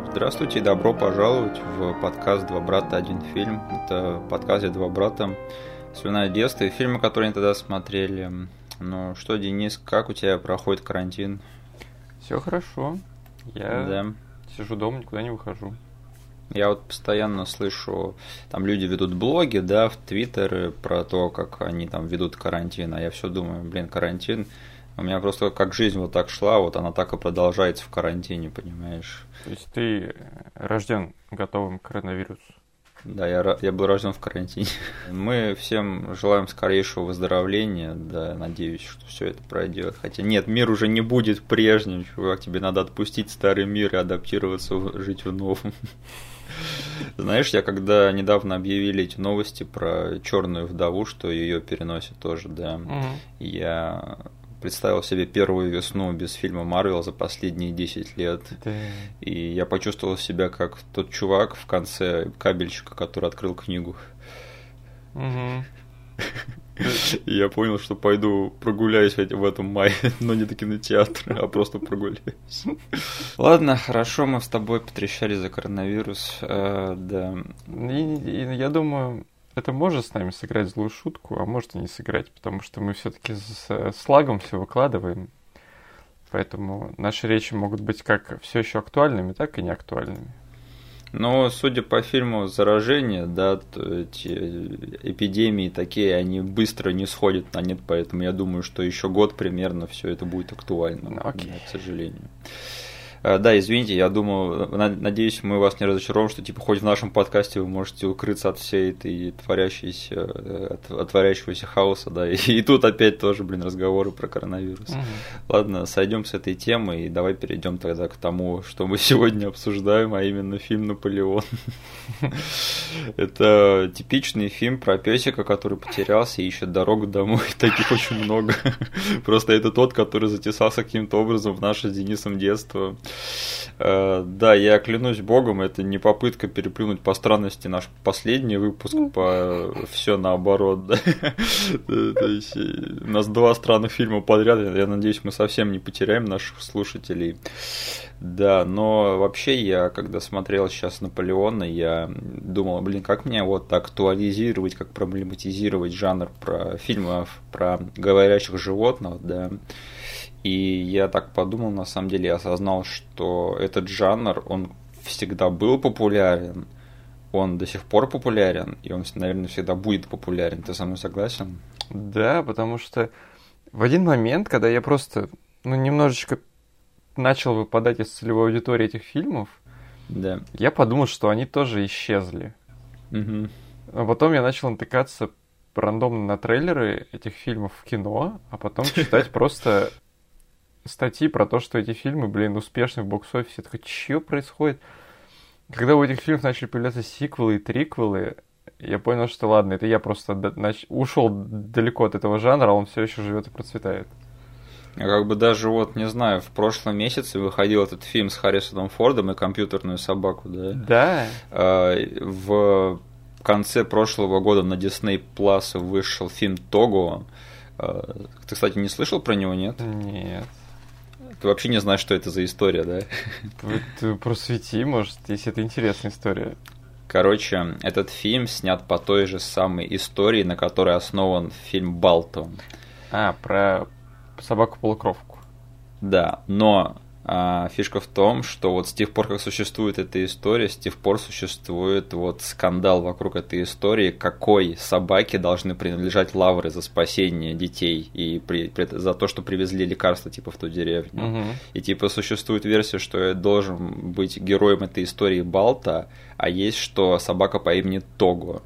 Здравствуйте и добро пожаловать в подкаст «Два брата, один фильм». Это подкаст, где два брата вспоминают детство и фильмы, которые они тогда смотрели. Ну что, Денис, как у тебя проходит карантин? Все хорошо. Я сижу дома, никуда не выхожу. Я вот постоянно слышу, там люди ведут блоги, да, в Твиттере про то, как они там ведут карантин, а я все думаю, карантин. У меня просто как жизнь вот так шла, вот она так и продолжается в карантине, понимаешь? То есть ты рожден готовым к коронавирусу? Да, я был рожден в карантине. Мы всем желаем скорейшего выздоровления, да, надеюсь, что все это пройдет. Хотя нет, мир уже не будет прежним, чувак, тебе надо отпустить старый мир и адаптироваться, жить в новом. Знаешь, я когда недавно объявили эти новости про черную вдову, что ее переносят тоже, да, я представил себе первую весну без фильма Марвел за последние 10 лет. Да. И я почувствовал себя как тот чувак в конце кабельщика, который открыл книгу. И я понял, что пойду прогуляюсь в этом мае, но не до кинотеатра, а просто прогуляюсь. Ладно, хорошо, мы с тобой потрещали за коронавирус. Да. И я думаю, это может с нами сыграть злую шутку, а может и не сыграть, потому что мы все-таки с лагом все выкладываем. Поэтому наши речи могут быть как все еще актуальными, так и неактуальными. Но, судя по фильму «Заражение», да, эти эпидемии такие, они быстро не сходят на нет, поэтому я думаю, что еще год примерно все это будет актуально, да, к сожалению. Да, извините, я думаю, надеюсь, мы вас не разочаруем, что типа хоть в нашем подкасте вы можете укрыться от всей этой творящегося хаоса, да, и тут опять тоже, разговоры про коронавирус. Ладно, сойдем с этой темы и давай перейдем тогда к тому, что мы сегодня обсуждаем, а именно фильм «Наполеон». Это типичный фильм про песика, который потерялся и ищет дорогу домой, таких очень много. Просто это тот, который затесался каким-то образом в наше с Денисом детство. Да, я клянусь богом, это не попытка переплюнуть по странности наш последний выпуск, по все наоборот, да. То есть у нас 2 странных фильма подряд, я надеюсь, мы совсем не потеряем наших слушателей. Да, но вообще я, когда смотрел сейчас «Наполеона», я думал, как мне вот актуализировать, как проблематизировать жанр про фильмов про говорящих животных, да. И я так подумал, на самом деле, я осознал, что этот жанр, он всегда был популярен, он до сих пор популярен, и он, наверное, всегда будет популярен. Ты со мной согласен? Да, потому что в один момент, когда я просто немножечко начал выпадать из целевой аудитории этих фильмов, да, я подумал, что они тоже исчезли. А потом я начал натыкаться рандомно на трейлеры этих фильмов в кино, а потом читать просто статьи про то, что эти фильмы, успешны в бокс-офисе. Я такой, что происходит? Когда у этих фильмов начали появляться сиквелы и триквелы, я понял, что ладно, это я просто ушел далеко от этого жанра, а он все еще живет и процветает. Я даже не знаю, в прошлом месяце выходил этот фильм с Харрисоном Фордом и компьютерную собаку, да? Да. В конце прошлого года на Disney Plus вышел фильм «Того». Ты, кстати, не слышал про него, нет? Нет. Ты вообще не знаешь, что это за история, да? Ты просвети, может, если это интересная история. Короче, этот фильм снят по той же самой истории, на которой основан фильм «Балто». Про собаку-полукровку. Да, но фишка в том, что вот с тех пор, как существует эта история, с тех пор существует скандал вокруг этой истории, какой собаке должны принадлежать лавры за спасение детей и за то, что привезли лекарства в ту деревню. И существует версия, что должен быть героем этой истории Балто, а есть что собака по имени Того.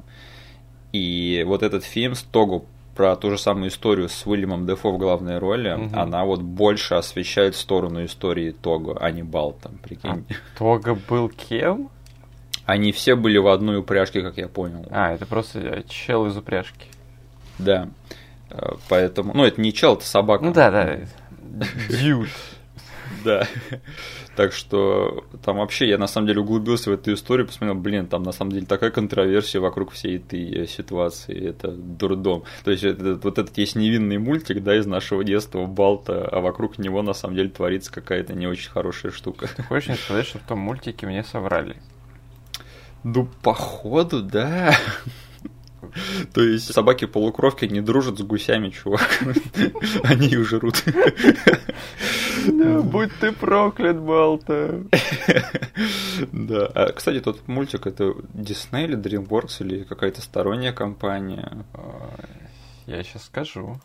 И вот этот фильм с Того про ту же самую историю с Уильямом Дефо в главной роли, она больше освещает сторону истории Того, а не Балто, прикинь. Того был кем? Они все были в одной упряжке, как я понял. Это просто чел из упряжки. Да. Поэтому... это не чел, это собака. Да. Дьюд. Да. Так что там вообще я на самом деле углубился в эту историю, посмотрел, блин, там на самом деле такая контроверсия вокруг всей этой ситуации. Это дурдом. То есть вот этот есть невинный мультик, да, из нашего детства, Балта, а вокруг него на самом деле творится какая-то не очень хорошая штука. Ты хочешь мне сказать, что в том мультике мне соврали? Ну, походу, да. То есть собаки-полукровки не дружат с гусями, чувак. Они их жрут. Будь ты проклят, Балта. Да. А, кстати, тот мультик, это Disney или DreamWorks, или какая-то сторонняя компания? Я сейчас скажу.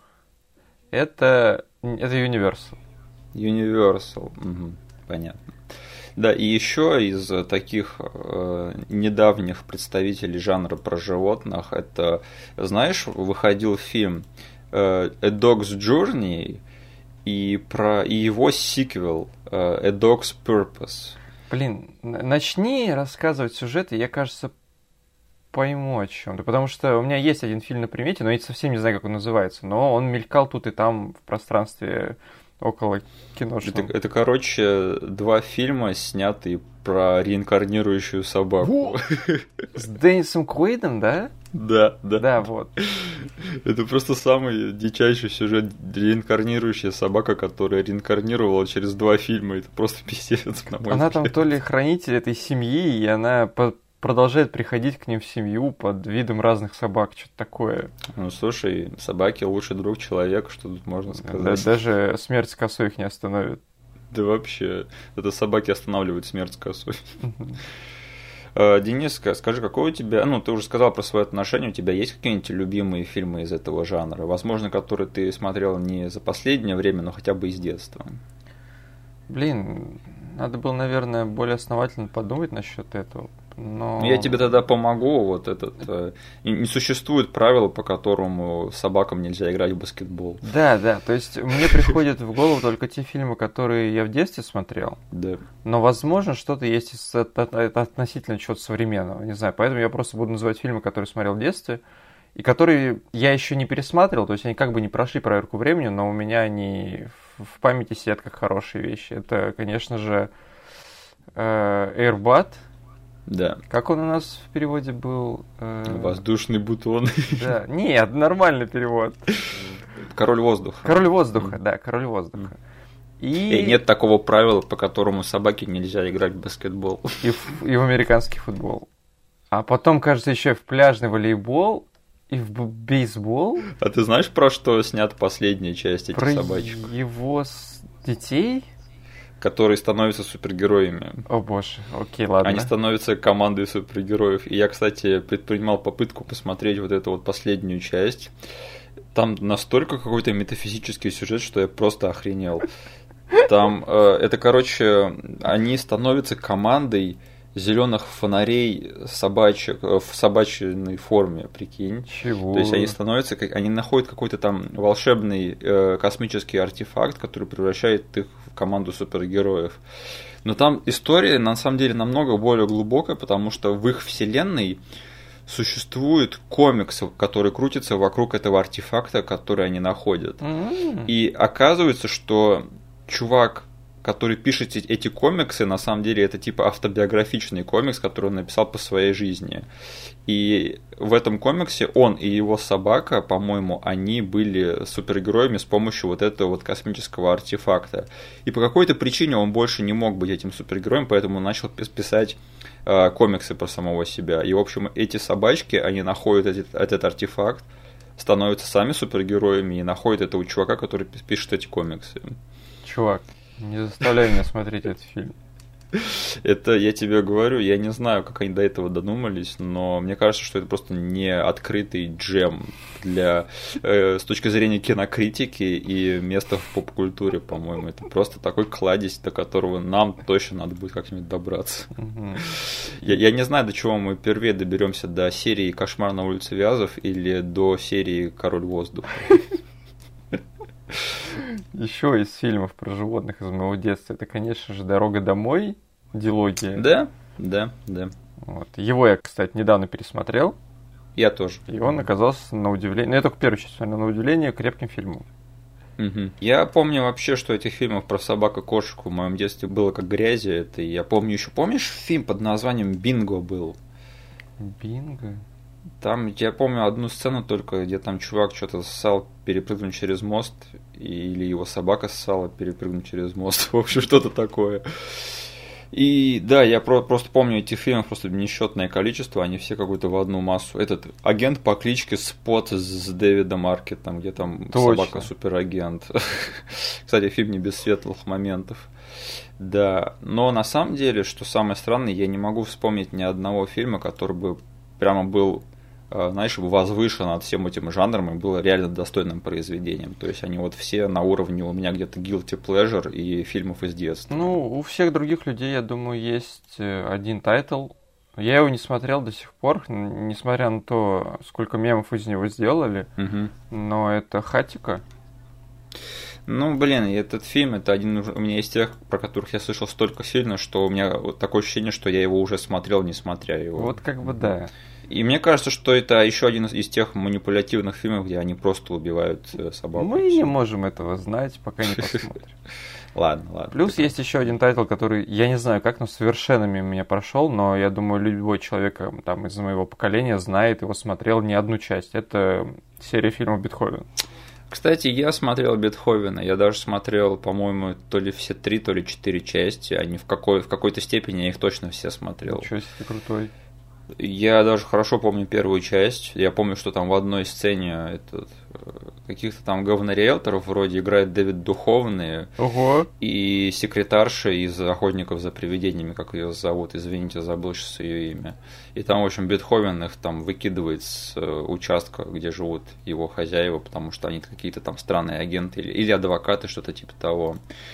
Это Universal. Universal. Угу. Понятно. Да, и еще из таких недавних представителей жанра про животных, это, знаешь, выходил фильм A Dog's Journey и его сиквел A Dog's Purpose. Блин, начни рассказывать сюжет, и я, кажется, пойму о чем-то. Потому что у меня есть один фильм на примете, но я совсем не знаю, как он называется. Но он мелькал тут и там в пространстве около киношного. Это, короче, 2 фильма, снятые про реинкарнирующую собаку. С Деннисом Куэйдом, да? Да. Да, вот. Это просто самый дичайший сюжет. Реинкарнирующая собака, которая реинкарнировала через 2 фильма. Это просто пиздец, на мой взгляд. Она там то ли хранитель этой семьи, и она продолжает приходить к ним в семью под видом разных собак, что-то такое. Ну, слушай, собаки лучший друг человека, что тут можно сказать. Да, даже смерть с косой их не остановит. Да вообще, это собаки останавливают смерть с косой. Денис, скажи, какой у тебя... Ну, ты уже сказал про свои отношения, у тебя есть какие-нибудь любимые фильмы из этого жанра? Возможно, которые ты смотрел не за последнее время, но хотя бы из детства. Блин, надо было, наверное, более основательно подумать насчет этого. Но... Я тебе тогда помогу. Вот не существует правила, по которому собакам нельзя играть в баскетбол. Да, то есть мне приходят в голову только те фильмы, которые я в детстве смотрел. Да. Но, возможно, что-то есть относительно чего-то современного. Не знаю, поэтому я просто буду называть фильмы, которые смотрел в детстве, и которые я еще не пересматривал, то есть они как бы не прошли проверку времени, но у меня они в памяти сидят как хорошие вещи. Это, конечно же, Airbud. Да. Как он у нас в переводе был? Воздушный бутон. Да. Нет, нормальный перевод. Король воздуха. Король воздуха, да, король воздуха. И нет такого правила, по которому собаке нельзя играть в баскетбол. И в американский футбол. А потом, кажется, еще и в пляжный волейбол, и в бейсбол. А ты знаешь, про что снята последняя часть этих собачек? Про его детей? Которые становятся супергероями. О боже, окей, ладно. Они становятся командой супергероев. И я, кстати, предпринимал попытку посмотреть вот эту вот последнюю часть. Там настолько какой-то метафизический сюжет, что я просто охренел. Там, это, короче, они становятся командой зеленых фонарей собачек в собачьей форме, прикинь. Чего? То есть они находят какой-то там волшебный космический артефакт, который превращает их в команду супергероев. Но там история на самом деле намного более глубокая, потому что в их вселенной существует комикс, который крутится вокруг этого артефакта, который они находят. И оказывается, что чувак, который пишет эти комиксы, на самом деле это типа автобиографичный комикс, который он написал по своей жизни. И в этом комиксе он и его собака, по-моему, они были супергероями с помощью вот этого вот космического артефакта. И по какой-то причине он больше не мог быть этим супергероем, поэтому он начал писать комиксы про самого себя. И, в общем, эти собачки, они находят этот артефакт, становятся сами супергероями и находят этого чувака, который пишет эти комиксы. Чувак, не заставляй меня смотреть этот фильм. Это, я тебе говорю, я не знаю, как они до этого додумались, но мне кажется, что это просто не открытый джем с точки зрения кинокритики и места в поп-культуре, по-моему. Это просто такой кладезь, до которого нам точно надо будет как-нибудь добраться. Я не знаю, до чего мы впервые доберемся, до серии «Кошмар на улице Вязов» или до серии «Король воздуха». Еще из фильмов про животных из моего детства, это, конечно же, «Дорога домой», дилогия. Да. Вот. Его я, кстати, недавно пересмотрел. Я тоже. И он оказался, на удивление, я только первую часть смотрел, на удивление, крепким фильмом. Я помню вообще, что этих фильмов про собак и кошек в моем детстве было как грязи. Это я помню еще. Помнишь фильм под названием «Бинго» был? Бинго? Там, я помню одну сцену только, где там чувак что-то ссал перепрыгнуть через мост, или его собака ссала перепрыгнуть через мост. В общем, что-то такое. И да, я просто помню этих фильмов просто несчетное количество, они все какую-то в одну массу. Этот агент по кличке Спот с Дэвидом Аркетом, где там собака суперагент. Кстати, фильм не без светлых моментов. Да, но на самом деле, что самое странное, я не могу вспомнить ни одного фильма, который бы прямо был, знаешь, возвышен над всем этим жанром и был реально достойным произведением. То есть они вот все на уровне у меня где-то guilty pleasure и фильмов из детства. Ну, у всех других людей, я думаю, есть один тайтл. Я его не смотрел до сих пор, несмотря на то, сколько мемов из него сделали. Но это «Хатико». Ну, блин, этот фильм, это один у меня из тех, про которых я слышал столько сильно, что у меня вот такое ощущение, что я его уже смотрел, не смотря его. Вот как бы да. И мне кажется, что это еще один из тех манипулятивных фильмов, где они просто убивают собаку. Мы не можем этого знать, пока не посмотрим. Ладно. Плюс есть еще один тайтл, который, я не знаю как, но совершенно мимо меня прошел, но я думаю, любой человек там из моего поколения знает его, смотрел не одну часть. Это серия фильмов «Бетховен». Кстати, я смотрел Бетховена, я даже смотрел, по-моему, то ли все 3, то ли 4 части, они в какой-то степени я их точно все смотрел. Ничего себе, ты крутой. Я даже хорошо помню первую часть. Я помню, что там в одной сцене каких-то там говнориэлторов вроде играет Дэвид Духовный. Ого. И секретарша из «Охотников за привидениями», как ее зовут, извините, забыл сейчас ее имя. И там, в общем, Бетховен их там выкидывает с участка, где живут его хозяева, потому что они какие-то там странные агенты или адвокаты, что-то типа того.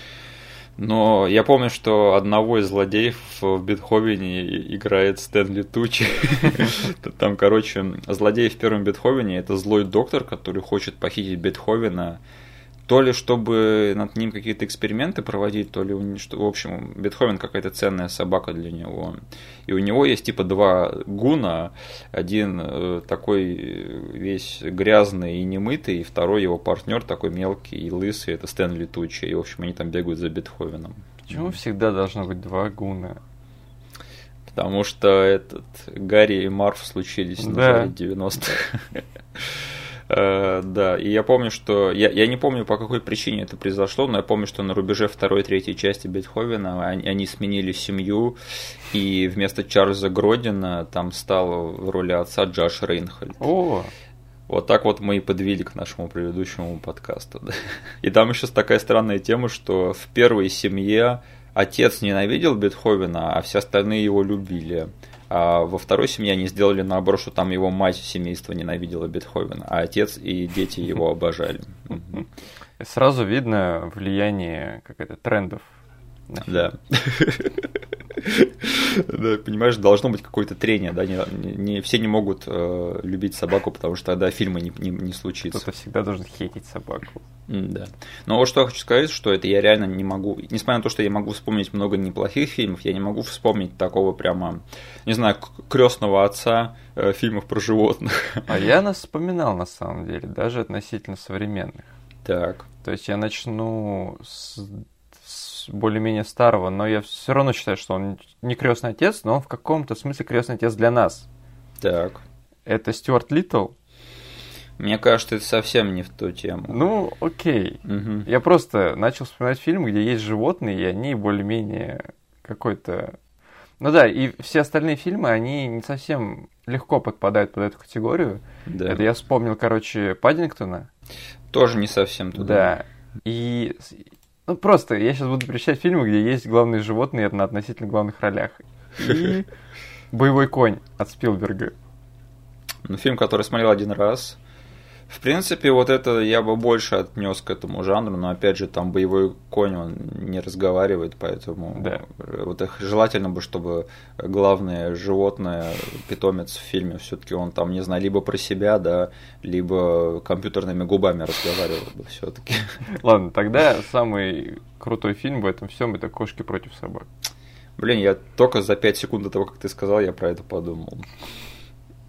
Но я помню, что одного из злодеев в Бетховене играет Стэнли Тучи. Там, короче, злодей в первом Бетховене – это злой доктор, который хочет похитить Бетховена, то ли чтобы над ним какие-то эксперименты проводить, то ли, в общем, Бетховен какая-то ценная собака для него. И у него есть типа 2 гуна, один такой весь грязный и немытый, и второй его партнер такой мелкий и лысый, это Стэнли Тучи. И, в общем, они там бегают за Бетховеном. Почему всегда должно быть 2 гуна? Потому что Гарри и Марв случились на заре 90-х. Да, и я помню, что... Я не помню, по какой причине это произошло, но я помню, что на рубеже 2-3 части Бетховена они сменили семью, и вместо Чарльза Гродина там стал в роли отца Джош Рейнхольд. О! Вот так вот мы и подвели к нашему предыдущему подкасту. Да. И там еще такая странная тема, что в первой семье отец ненавидел Бетховена, а все остальные его любили. А во второй семье они сделали наоборот, что там его мать семейства ненавидела Бетховена, а отец и дети его обожали. Сразу видно влияние трендов. Да. Да, понимаешь, должно быть какое-то трение, да, не все не могут любить собаку, потому что тогда фильма не случится. Кто-то всегда должен хейтить собаку. Да. Но вот что я хочу сказать, что это я реально не могу, несмотря на то, что я могу вспомнить много неплохих фильмов, я не могу вспомнить такого прямо, не знаю, крестного отца фильмов про животных. А я нас вспоминал на самом деле, даже относительно современных. Так. То есть я начну с более-менее старого, но я все равно считаю, что он не крестный отец, но он в каком-то смысле крестный отец для нас. Так. Это Стюарт Литтл. Мне кажется, это совсем не в ту тему. Ну, окей. Угу. Я просто начал вспоминать фильмы, где есть животные, и они более-менее какой-то... Ну да, и все остальные фильмы, они не совсем легко подпадают под эту категорию. Да. Это я вспомнил, Паддингтона. Тоже не совсем туда. Да. И... Ну, просто я сейчас буду перечислять фильмы, где есть главные животные на относительно главных ролях. И «Боевой конь» от Спилберга. Ну, фильм, который смотрел один раз. В принципе, вот это я бы больше отнес к этому жанру, но опять же, там боевой конь, он не разговаривает, поэтому да. Вот желательно бы, чтобы главное животное, питомец в фильме, все-таки он там, не знаю, либо про себя, да, либо компьютерными губами разговаривал бы все-таки. Ладно, тогда самый крутой фильм в этом всем это «Кошки против собак». Блин, я только за 5 секунд до того, как ты сказал, я про это подумал.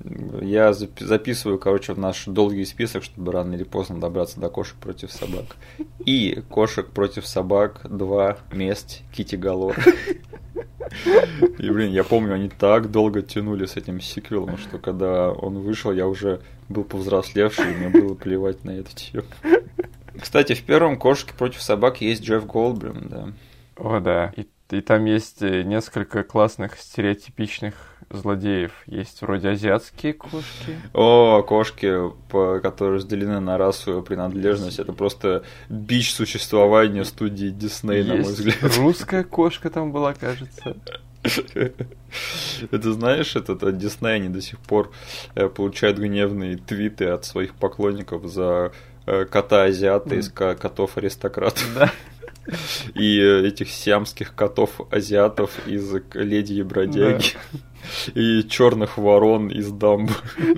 Я записываю, короче, в наш долгий список, чтобы рано или поздно добраться до кошек против собак. И кошек против собак 2. Месть Китти Галор. И, блин, я помню, они так долго тянули с этим сиквелом, что когда он вышел, я уже был повзрослевший, и мне было плевать на эту тему. Кстати, в первом «Кошки против собак» есть Джефф Голдблюм, да. О, да. И там есть несколько классных стереотипичных злодеев. Есть вроде азиатские кошки. О, кошки, которые разделены на расовую принадлежность. Это просто бич существования студии Дисней, на мой взгляд. Русская кошка там была, кажется. Это знаешь, от Дисней они до сих пор получают гневные твиты от своих поклонников за кота-азиата из котов-аристократов. Да. И этих сиамских котов-азиатов из «Леди и бродяги». Да. И черных ворон из «Дамбо».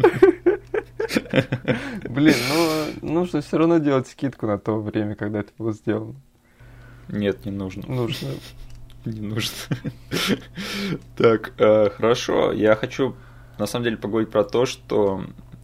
Блин, ну нужно все равно делать скидку на то время, когда это было сделано. Нет, не нужно. Нужно. Не нужно. Так, хорошо. Я хочу, на самом деле, поговорить про то, что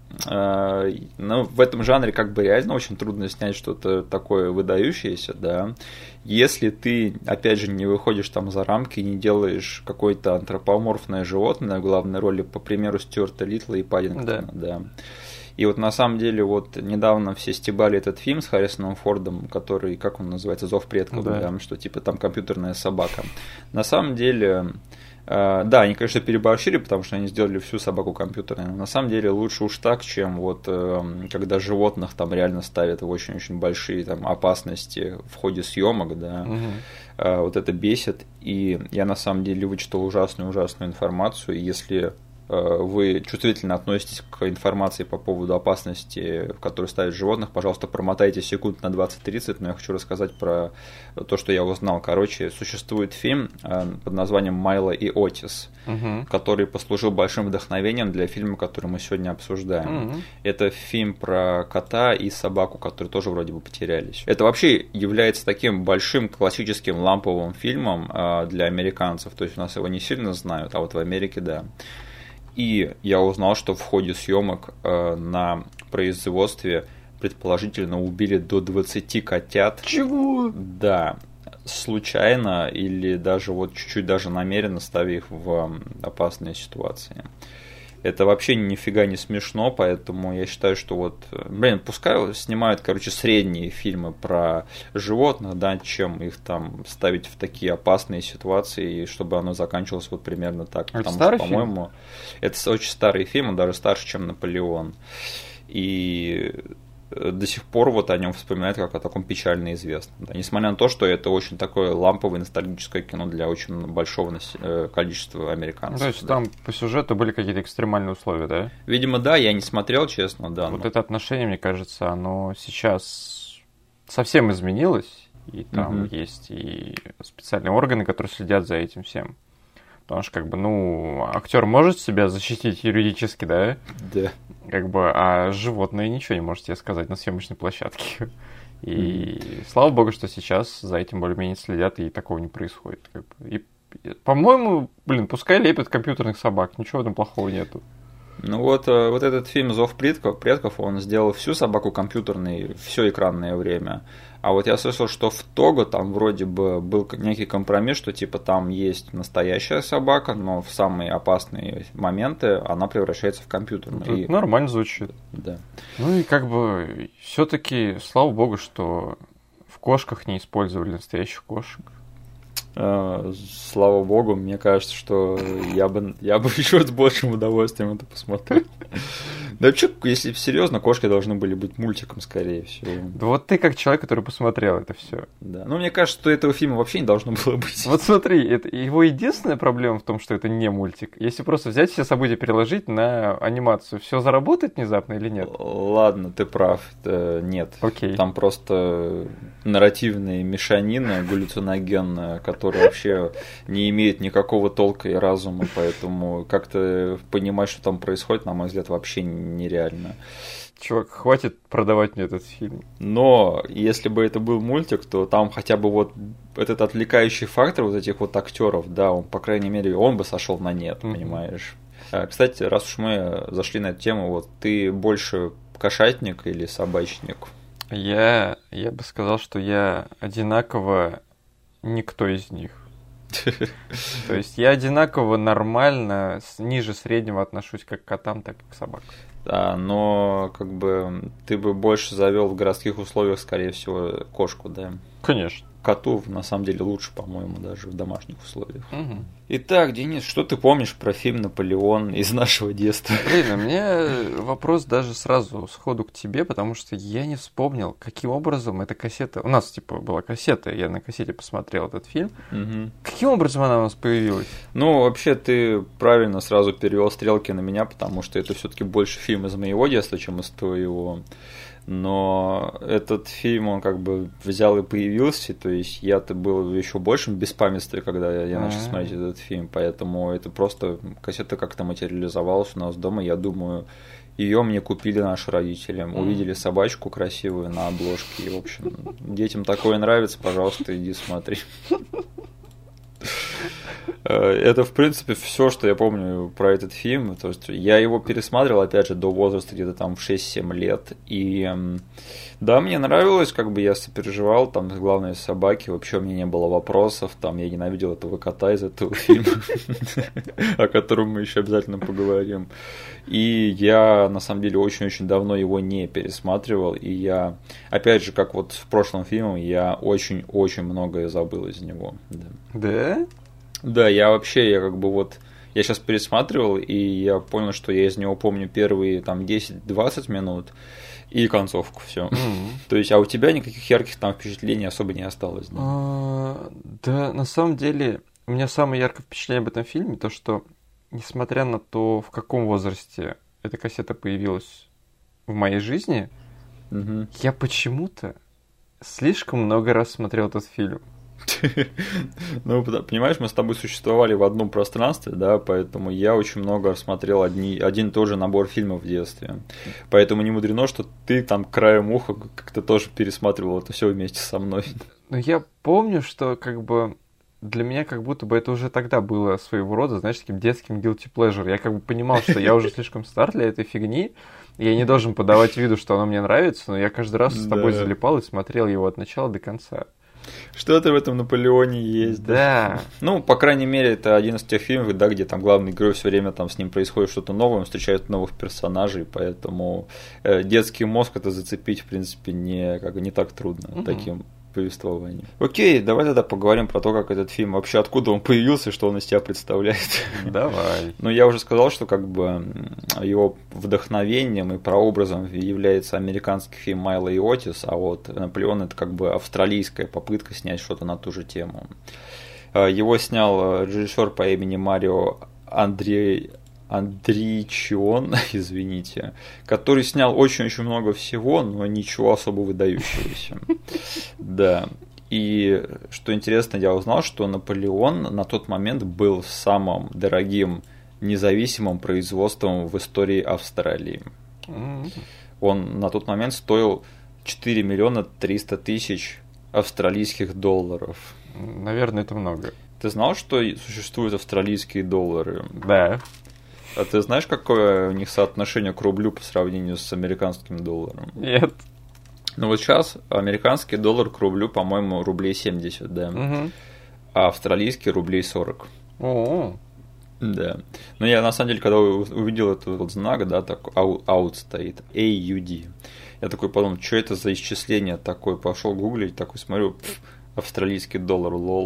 в этом жанре как бы реально очень трудно снять что-то такое выдающееся, да. Если ты, опять же, не выходишь там за рамки, не делаешь какое-то антропоморфное животное в главной роли, по примеру Стюарта Литла и Паддингтона, да. И вот на самом деле вот недавно все стебали этот фильм с Харрисоном Фордом, который, как он называется, «Зов предков», да, что типа там компьютерная собака. На самом деле... Да, они, конечно, переборщили, потому что они сделали всю собаку компьютерной, но на самом деле лучше уж так, чем вот когда животных там реально ставят в очень-очень большие там опасности в ходе съемок, да, вот это бесит, и я на самом деле вычитал ужасную информацию, и если вы чувствительно относитесь к информации по поводу опасности, в которую ставят животных, пожалуйста, промотайте секунд на 20-30, но я хочу рассказать про то, что я узнал. Короче, существует фильм под названием «Майло и Отис», который послужил большим вдохновением для фильма, который мы сегодня обсуждаем. Это фильм про кота и собаку, которые тоже вроде бы потерялись. Это вообще является таким большим классическим ламповым фильмом для американцев, то есть у нас его не сильно знают, а вот в Америке, да. И я узнал, что в ходе съемок на производстве предположительно убили до 20 котят. Чего? Да, случайно или даже вот чуть-чуть даже намеренно ставя их в опасные ситуации. Это вообще нифига не смешно, поэтому я считаю, что вот, пускай снимают, короче, средние фильмы про животных, да, чем их там ставить в такие опасные ситуации, и чтобы оно заканчивалось вот примерно так. Это потому старый что, по-моему, это очень старый фильм, он даже старше, чем «Наполеон». И до сих пор вот о нем вспоминают как о таком печально известном. Да. Несмотря на то, что это очень такое ламповое ностальгическое кино для очень большого количества американцев. То есть там по сюжету были какие-то экстремальные условия, да? Видимо, да, я не смотрел, честно, да. Вот это отношение, мне кажется, оно сейчас совсем изменилось, и там есть и специальные органы, которые следят за этим всем. Потому что, актер может себя защитить юридически, да? Да. А животное ничего не может тебе сказать на съемочной площадке. И слава богу, что сейчас за этим более-менее следят, и такого не происходит. И, по-моему, пускай лепят компьютерных собак, ничего в этом плохого нету. Ну вот этот фильм «Зов предков», он сделал всю собаку компьютерной все экранное время. А вот я слышал, что в «Того» там вроде бы был некий компромисс, что типа там есть настоящая собака, но в самые опасные моменты она превращается в компьютерную. Это нормально звучит. Да. Ну и все-таки, слава богу, что в кошках не использовали настоящих кошек. Слава богу, мне кажется, что я бы еще с большим удовольствием это посмотрел. Да вообще, если серьезно, кошки должны были быть мультиком, скорее всего. Да вот ты как человек, который посмотрел это все. Да. Ну, мне кажется, что этого фильма вообще не должно было быть. Вот смотри, его единственная проблема в том, что это не мультик. Если просто взять все события и переложить на анимацию, все заработает внезапно или нет? Ладно, ты прав. Нет. Окей. Там просто нарративная мешанина галлюциногенная, которая вообще не имеет никакого толка и разума, поэтому как-то понимать, что там происходит, на мой взгляд, вообще нереально. Чувак, хватит продавать мне этот фильм. Но если бы это был мультик, то там хотя бы вот этот отвлекающий фактор вот этих вот актеров, да, он, по крайней мере, он бы сошел на нет, понимаешь? Кстати, раз уж мы зашли на эту тему, вот ты больше кошатник или собачник? Я бы сказал, что я одинаково никто из них. То есть я одинаково нормально, ниже среднего отношусь как к котам, так и к собакам. Да, но как бы ты бы больше завел в городских условиях, скорее всего, кошку, да? Конечно. Коту на самом деле лучше, по-моему, даже в домашних условиях. Угу. Итак, Денис, что ты помнишь про фильм «Наполеон» из нашего детства? Блин, у меня вопрос даже сразу сходу к тебе, потому что я не вспомнил, каким образом эта кассета... У нас, типа, была кассета, я на кассете посмотрел этот фильм. Угу. Каким образом она у нас появилась? Ну, вообще, ты правильно сразу перевел стрелки на меня, потому что это все-таки больше фильм из моего детства, чем из твоего. Но этот фильм, он как бы взял и появился, то есть я-то был в еще большем беспамятстве, когда я начал смотреть этот фильм, поэтому это просто кассета как-то материализовалась у нас дома, я думаю, ее мне купили наши родители, увидели собачку красивую на обложке, и, в общем, детям такое нравится, пожалуйста, иди смотри. Это, в принципе, все, что я помню про этот фильм. То есть я его пересматривал, опять же, до возраста где-то там в 6-7 лет. И да, мне нравилось, как бы я сопереживал, там, главное, собаки. Вообще у меня не было вопросов. Там я ненавидел этого кота из этого фильма, о котором мы еще обязательно поговорим. И я, на самом деле, очень-очень давно его не пересматривал. И я, опять же, как вот в прошлом фильме, я очень-очень многое забыл из него. Да? Да, я как бы вот, я сейчас пересматривал, и я понял, что я из него помню первые там 10-20 минут и концовку, все. То есть, а у тебя никаких ярких там впечатлений особо не осталось? Да, на самом деле, у меня самое яркое впечатление об этом фильме, то, что, несмотря на то, в каком возрасте эта кассета появилась в моей жизни, я почему-то слишком много раз смотрел этот фильм. Ну, понимаешь, мы с тобой существовали в одном пространстве, да, поэтому я очень много смотрел один и тот же набор фильмов в детстве. Поэтому не мудрено, что ты там краем уха как-то тоже пересматривал это все вместе со мной. Ну, я помню, что как бы для меня как будто бы это уже тогда было своего рода, знаешь, таким детским guilty pleasure. Я как бы понимал, что я уже слишком стар для этой фигни, и я не должен подавать виду, что оно мне нравится, но я каждый раз с тобой залипал и смотрел его от начала до конца. Что-то в этом Наполеоне есть. Да. Ну, по крайней мере, это один из тех фильмов, да, где там главный герой все время там с ним происходит что-то новое, он встречает новых персонажей, поэтому детский мозг это зацепить, в принципе, не так трудно таким повествованием. Окей, давай тогда поговорим про то, как этот фильм вообще, откуда он появился, что он из себя представляет. Давай. Ну, я уже сказал, что как бы его вдохновением и прообразом является американский фильм «Майло и Отис», а вот «Наполеон» — это как бы австралийская попытка снять что-то на ту же тему. Его снял режиссер по имени Марио Андричион, извините, который снял очень-очень много всего, но ничего особо выдающегося. Да. И что интересно, я узнал, что «Наполеон» на тот момент был самым дорогим независимым производством в истории Австралии. Он на тот момент стоил 4 миллиона 300 тысяч австралийских долларов. Наверное, это много. Ты знал, что существуют австралийские доллары? Да. А ты знаешь, какое у них соотношение к рублю по сравнению с американским долларом? Нет. Ну вот сейчас американский доллар к рублю, по-моему, рублей 70, да. А австралийский рублей 40. Да. Но я на самом деле, когда увидел этот вот знак, да, так out стоит, AUD, я такой подумал, что это за исчисление такое? Пошел гуглить, такой смотрю, австралийский доллар, лол.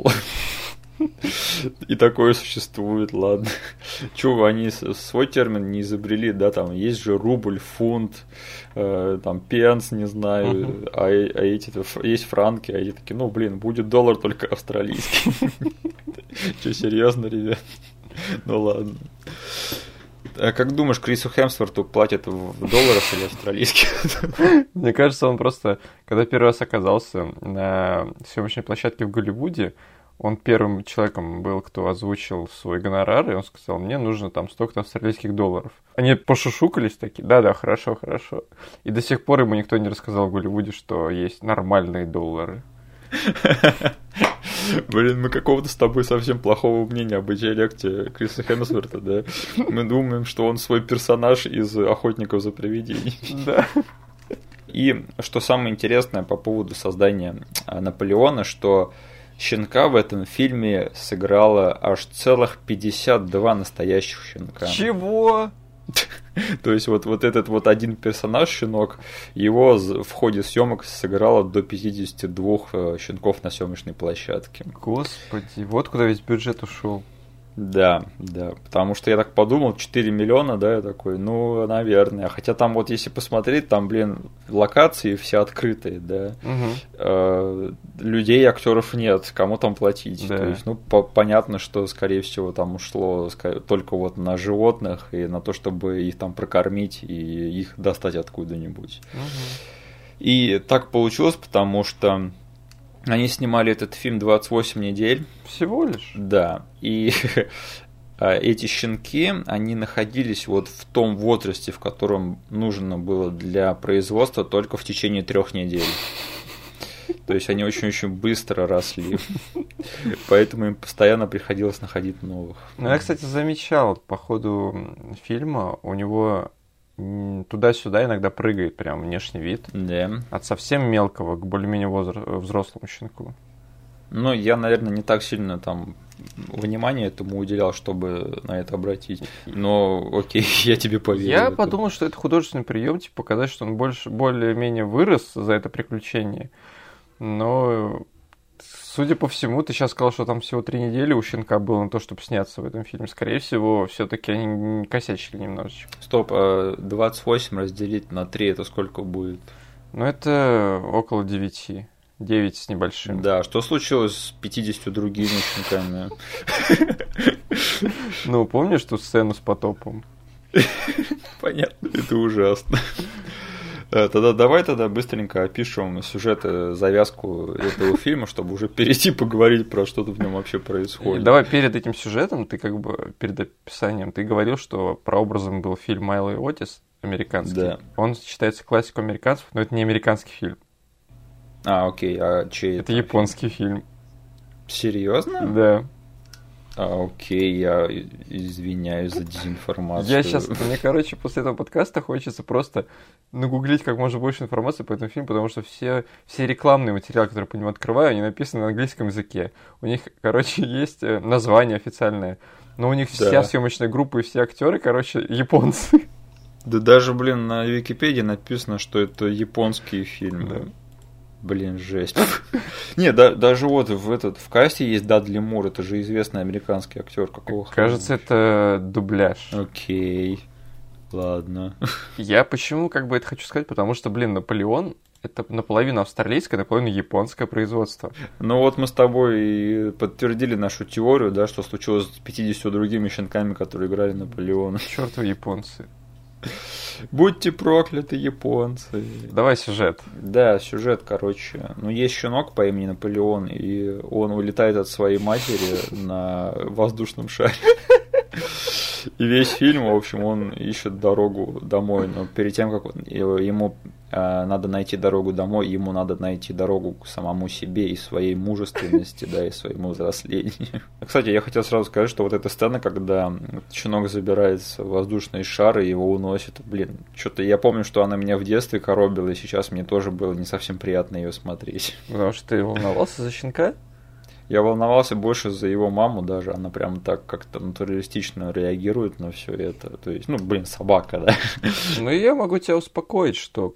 И такое существует, ладно. Чего, они свой термин не изобрели, да, там есть же рубль, фунт, там пенс, не знаю, а эти есть франки, а эти такие, ну, блин, будет доллар только австралийский. Че, серьезно, ребят? Ну ладно. А как думаешь, Крису Хемсворту платят в долларах или австралийских? Мне кажется, он просто, когда первый раз оказался на съемочной площадке в Голливуде, он первым человеком был, кто озвучил свой гонорар, и он сказал, мне нужно там столько-то австралийских долларов. Они пошушукались такие, да-да, хорошо, хорошо. И до сих пор ему никто не рассказал в Голливуде, что есть нормальные доллары. Блин, Мы какого-то с тобой совсем плохого мнения об интеллекте Криса Хемсворта, да? Мы думаем, что он свой персонаж из «Охотников за привидениями». Да. И что самое интересное по поводу создания Наполеона, что щенка в этом фильме сыграло аж целых 52 настоящих щенка. Чего? То есть вот этот вот один персонаж, щенок, его в ходе съемок сыграло до 52 щенков на съемочной площадке. Господи, вот куда весь бюджет ушел. Да, потому что я так подумал, 4 миллиона, да, я такой, ну, наверное. Хотя там вот если посмотреть, там, локации все открытые, да. Людей, актеров нет, кому там платить. Да. То есть, понятно, что, скорее всего, там ушло только вот на животных и на то, чтобы их там прокормить и их достать откуда-нибудь. И так получилось, потому что они снимали этот фильм 28 недель. Всего лишь? Да. И эти щенки, они находились вот в том возрасте, в котором нужно было для производства только в течение 3 недель. То есть они очень-очень быстро росли. Поэтому им постоянно приходилось находить новых. Ну, я, кстати, замечал по ходу фильма, у него туда-сюда иногда прыгает прям внешний вид. Да. От совсем мелкого к более-менее взрослому щенку. Ну, я, наверное, не так сильно там внимание этому уделял, чтобы на это обратить. Но окей, я тебе поверю. Я подумал, что это художественный прием, типа показать, что он более-менее вырос за это приключение. Но, судя по всему, ты сейчас сказал, что там всего 3 недели у щенка было на то, чтобы сняться в этом фильме. Скорее всего, все-таки они косячили немножечко. Стоп, а 28 разделить на 3, это сколько будет? Ну, это около 9. 9 с небольшим. Да, что случилось с 50 другими щенками? Ну, помнишь ту сцену с потопом? Понятно, это ужасно. Тогда давай быстренько опишем сюжет, завязку этого фильма, чтобы уже перейти поговорить про что-то в нем вообще происходит. Давай перед этим сюжетом, ты как бы перед описанием, ты говорил, что прообразом был фильм «Майло и Отис», американский. Да. Он считается классикой американцев, но это не американский фильм. Окей, а чей это? Это японский фильм. Серьезно? Да. Окей, я извиняюсь за дезинформацию. Мне, после этого подкаста хочется просто нагуглить как можно больше информации по этому фильму, потому что все рекламные материалы, которые по нему открываю, они написаны на английском языке. У них, есть название официальное, но у них вся съемочная группа и все актеры, японцы. Да даже, на Википедии написано, что это японский фильм. Да. Жесть. Не, даже вот в касте есть Дадли Мур, это же известный американский актер. Какого Кажется, это дубляж. Окей. Ладно. Я почему это хочу сказать, потому что, Наполеон это наполовину австралийское, наполовину японское производство. Ну вот мы с тобой подтвердили нашу теорию, да, что случилось с 50 другими щенками, которые играли Наполеона. Чёртовы японцы. Будьте прокляты, японцы. Давай сюжет. Да, сюжет, есть щенок по имени Наполеон, и он улетает от своей матери на воздушном шаре. И весь фильм, в общем, он ищет дорогу домой, но перед тем, как ему надо найти дорогу домой, ему надо найти дорогу к самому себе и своей мужественности, и своему взрослению. Кстати, я хотел сразу сказать, что вот эта сцена, когда щенок забирается в воздушный шар и его уносит, что-то я помню, что она меня в детстве коробила, и сейчас мне тоже было не совсем приятно ее смотреть. Потому что ты волновался за щенка? Я волновался больше за его маму даже, она прям так как-то натуралистично реагирует на все это. То есть, собака, да. Ну, я могу тебя успокоить, что,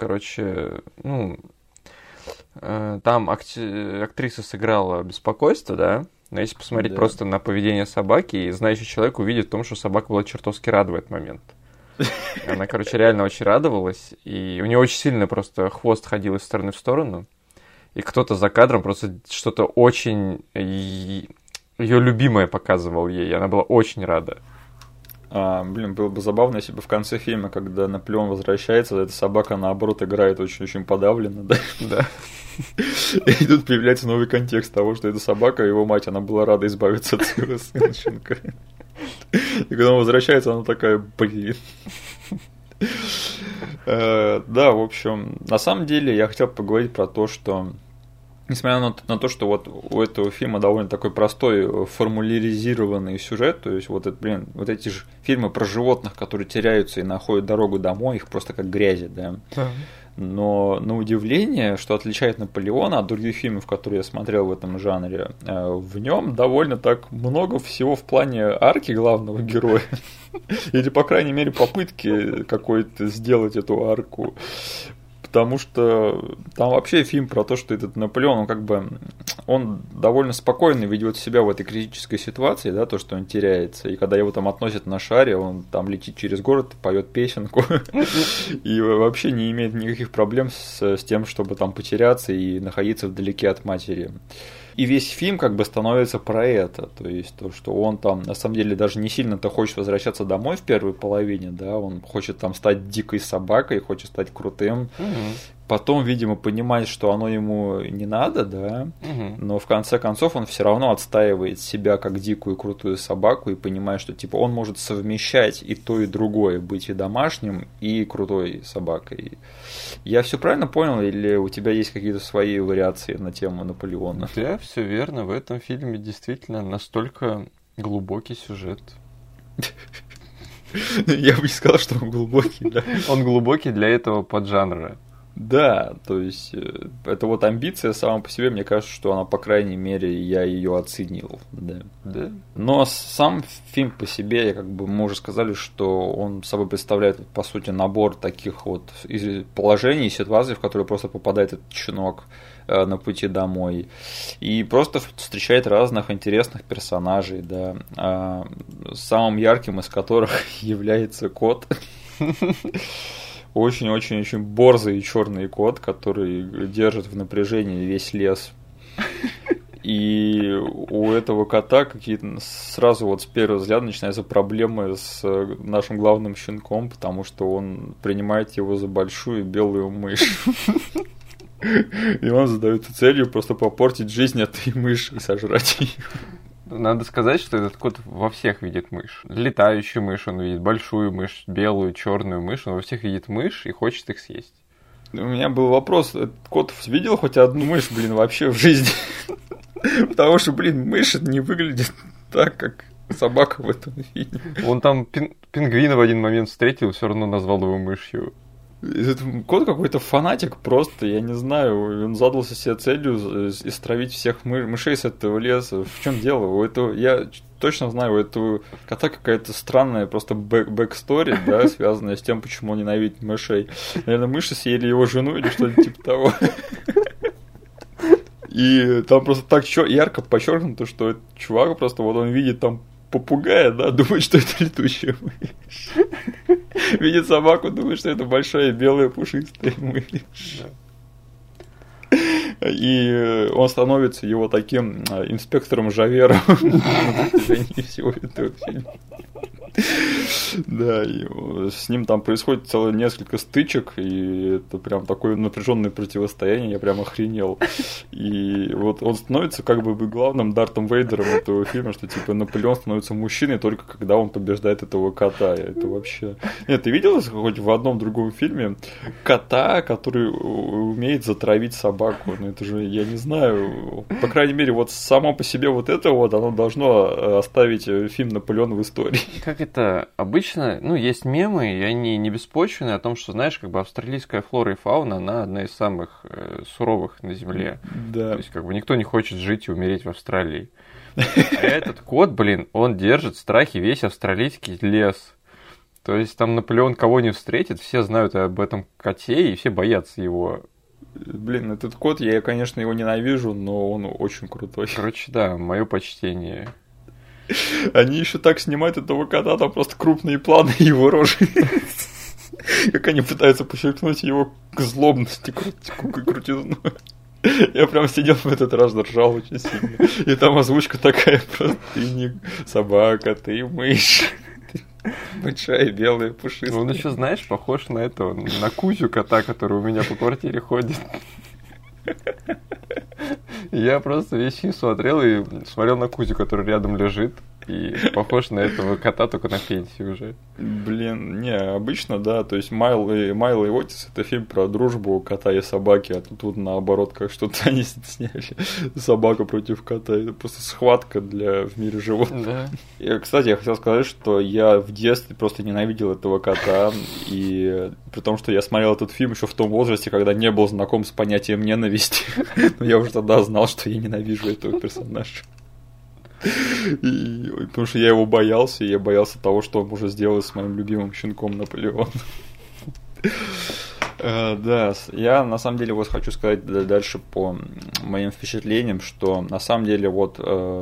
там актриса сыграла беспокойство, да, но если посмотреть просто на поведение собаки, и знающий человек увидит в том, что собака была чертовски рада в этот момент. Она, реально очень радовалась, и у нее очень сильно просто хвост ходил из стороны в сторону. И кто-то за кадром просто что-то очень ее любимое показывал ей, и она была очень рада. Было бы забавно, если бы в конце фильма, когда Наполеон возвращается, эта собака, наоборот, играет очень-очень подавленно, да? Да. И тут появляется новый контекст того, что эта собака, его мать, она была рада избавиться от своего сына щенка. И когда он возвращается, она такая, Да, в общем, на самом деле я хотел поговорить про то, что несмотря на то, что вот у этого фильма довольно такой простой формуляризированный сюжет, то есть вот эти же фильмы про животных, которые теряются и находят дорогу домой, их просто как грязи, да. Но на удивление, что отличает Наполеона от других фильмов, которые я смотрел в этом жанре, в нем довольно так много всего в плане арки главного героя. Или, по крайней мере, попытки какой-то сделать эту арку. Потому что там вообще фильм про то, что этот Наполеон, он довольно спокойно ведет себя в этой критической ситуации, да, то, что он теряется. И когда его там относят на шаре, он там летит через город, поет песенку. И вообще не имеет никаких проблем с тем, чтобы там потеряться и находиться вдалеке от матери. И весь фильм становится про это, то есть то, что он там на самом деле даже не сильно-то хочет возвращаться домой в первой половине, да, он хочет там стать дикой собакой, хочет стать крутым. Потом, видимо, понимает, что оно ему не надо, да, но в конце концов он все равно отстаивает себя как дикую крутую собаку и понимает, что типа он может совмещать и то, и другое, быть и домашним, и крутой собакой. Я все правильно понял, или у тебя есть какие-то свои вариации на тему Наполеона? Да, все верно. В этом фильме действительно настолько глубокий сюжет. Я бы не сказал, что он глубокий, да. Он глубокий для этого поджанра. Да, то есть это вот амбиция сама по себе, мне кажется, что она, по крайней мере, я ее оценил. Да. Но сам фильм по себе, мы уже сказали, что он собой представляет, по сути, набор таких вот положений, ситуаций, в которые просто попадает этот щенок на пути домой. И просто встречает разных интересных персонажей, да. Самым ярким из которых является кот. Очень-очень-очень борзый и черный кот, который держит в напряжении весь лес. И у этого кота какие-то сразу вот с первого взгляда начинаются проблемы с нашим главным щенком, потому что он принимает его за большую белую мышь. И он задается целью просто попортить жизнь этой мыши и сожрать ее. Надо сказать, что этот кот во всех видит мышь. Летающую мышь он видит, большую мышь, белую, черную мышь. Он во всех видит мышь и хочет их съесть. У меня был вопрос, этот кот видел хоть одну мышь, вообще в жизни? Потому что, мышь не выглядит так, как собака в этом фильме. Он там пингвина в один момент встретил, все равно назвал его мышью. Этот кот какой-то фанатик просто, я не знаю, он задался себе целью истравить всех мышей с этого леса. В чем дело? Я точно знаю, у этого кота какая-то странная просто бэкстори, да, связанная с тем, почему он ненавидит мышей. Наверное, мыши съели его жену или что-то типа того. И там просто так ярко подчеркнуто, что этот чувак просто вот он видит там попугая, да, думает, что это летучая мышь. Видит собаку, думает, что это большая белая пушистая мышь. И он становится его таким инспектором Жавером на протяжении всего этого фильма. Да, и с ним там происходит целых несколько стычек, и это прям такое напряженное противостояние, я прям охренел. И вот он становится главным Дартом Вейдером этого фильма, что типа Наполеон становится мужчиной только когда он побеждает этого кота. Это вообще... Нет, ты видел хоть в одном другом фильме кота, который умеет затравить собаку? Ну это же, я не знаю, по крайней мере, вот само по себе вот это вот, оно должно оставить фильм «Наполеон» в истории. Как это обычно, есть мемы, и они не беспочвенные о том, что, знаешь, австралийская флора и фауна, она одна из самых суровых на Земле. Да. То есть, никто не хочет жить и умереть в Австралии. А этот кот, он держит в страхе весь австралийский лес. То есть, там Наполеон кого не встретит, все знают об этом коте, и все боятся его. Этот кот, я, конечно, его ненавижу, но он очень крутой. Короче, да, мое почтение. Они еще так снимают этого кота, там просто крупные планы его рожи. Как они пытаются подчеркнуть его злобность и крутизну. Я прям сидел в этот раз, ржал очень сильно. И там озвучка такая просто: ты не собака, ты мышь. Большая белая пушистая. Он еще, знаешь, похож на Кузю кота, который у меня по квартире ходит. Я просто весь фильм смотрел и смотрел на Кузю, который рядом лежит. И похож на этого кота, только на пенсии уже. Блин, не, обычно, да, то есть Майл и Отис — это фильм про дружбу кота и собаки, а тут вот наоборот, как что-то они сняли собака против кота, это просто схватка в мире животных. Да. И, кстати, я хотел сказать, что я в детстве просто ненавидел этого кота, и при том, что я смотрел этот фильм еще в том возрасте, когда не был знаком с понятием ненависти, но я уже тогда знал, что я ненавижу этого персонажа. Потому что я его боялся, и я боялся того, что он может сделать с моим любимым щенком Наполеоном. Да, я на самом деле вот хочу сказать дальше по моим впечатлениям, что на самом деле вот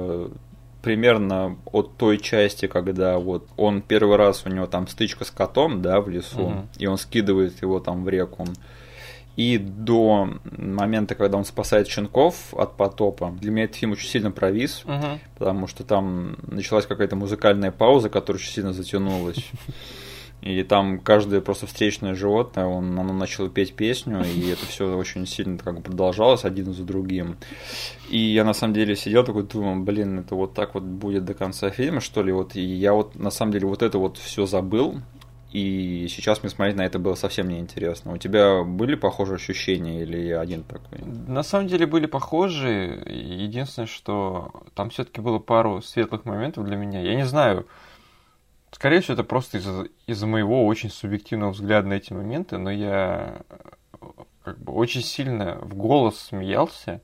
примерно от той части, когда вот он первый раз, у него там стычка с котом, да, в лесу, и он скидывает его там в реку, и до момента, когда он спасает щенков от потопа, для меня этот фильм очень сильно провис, потому что там началась какая-то музыкальная пауза, которая очень сильно затянулась. И там каждое просто встречное животное, оно начало петь песню, и это все очень сильно как бы продолжалось один за другим. И я на самом деле сидел такой, думал, блин, это вот так вот будет до конца фильма, что ли? Вот, и я вот на самом деле вот это вот все забыл. И сейчас мне смотреть на это было совсем неинтересно. У тебя были похожие ощущения или я один такой? На самом деле были похожие. Единственное, что там все-таки было пару светлых моментов для меня. Я не знаю, скорее всего, это просто из-за моего очень субъективного взгляда на эти моменты, но я как бы очень сильно в голос смеялся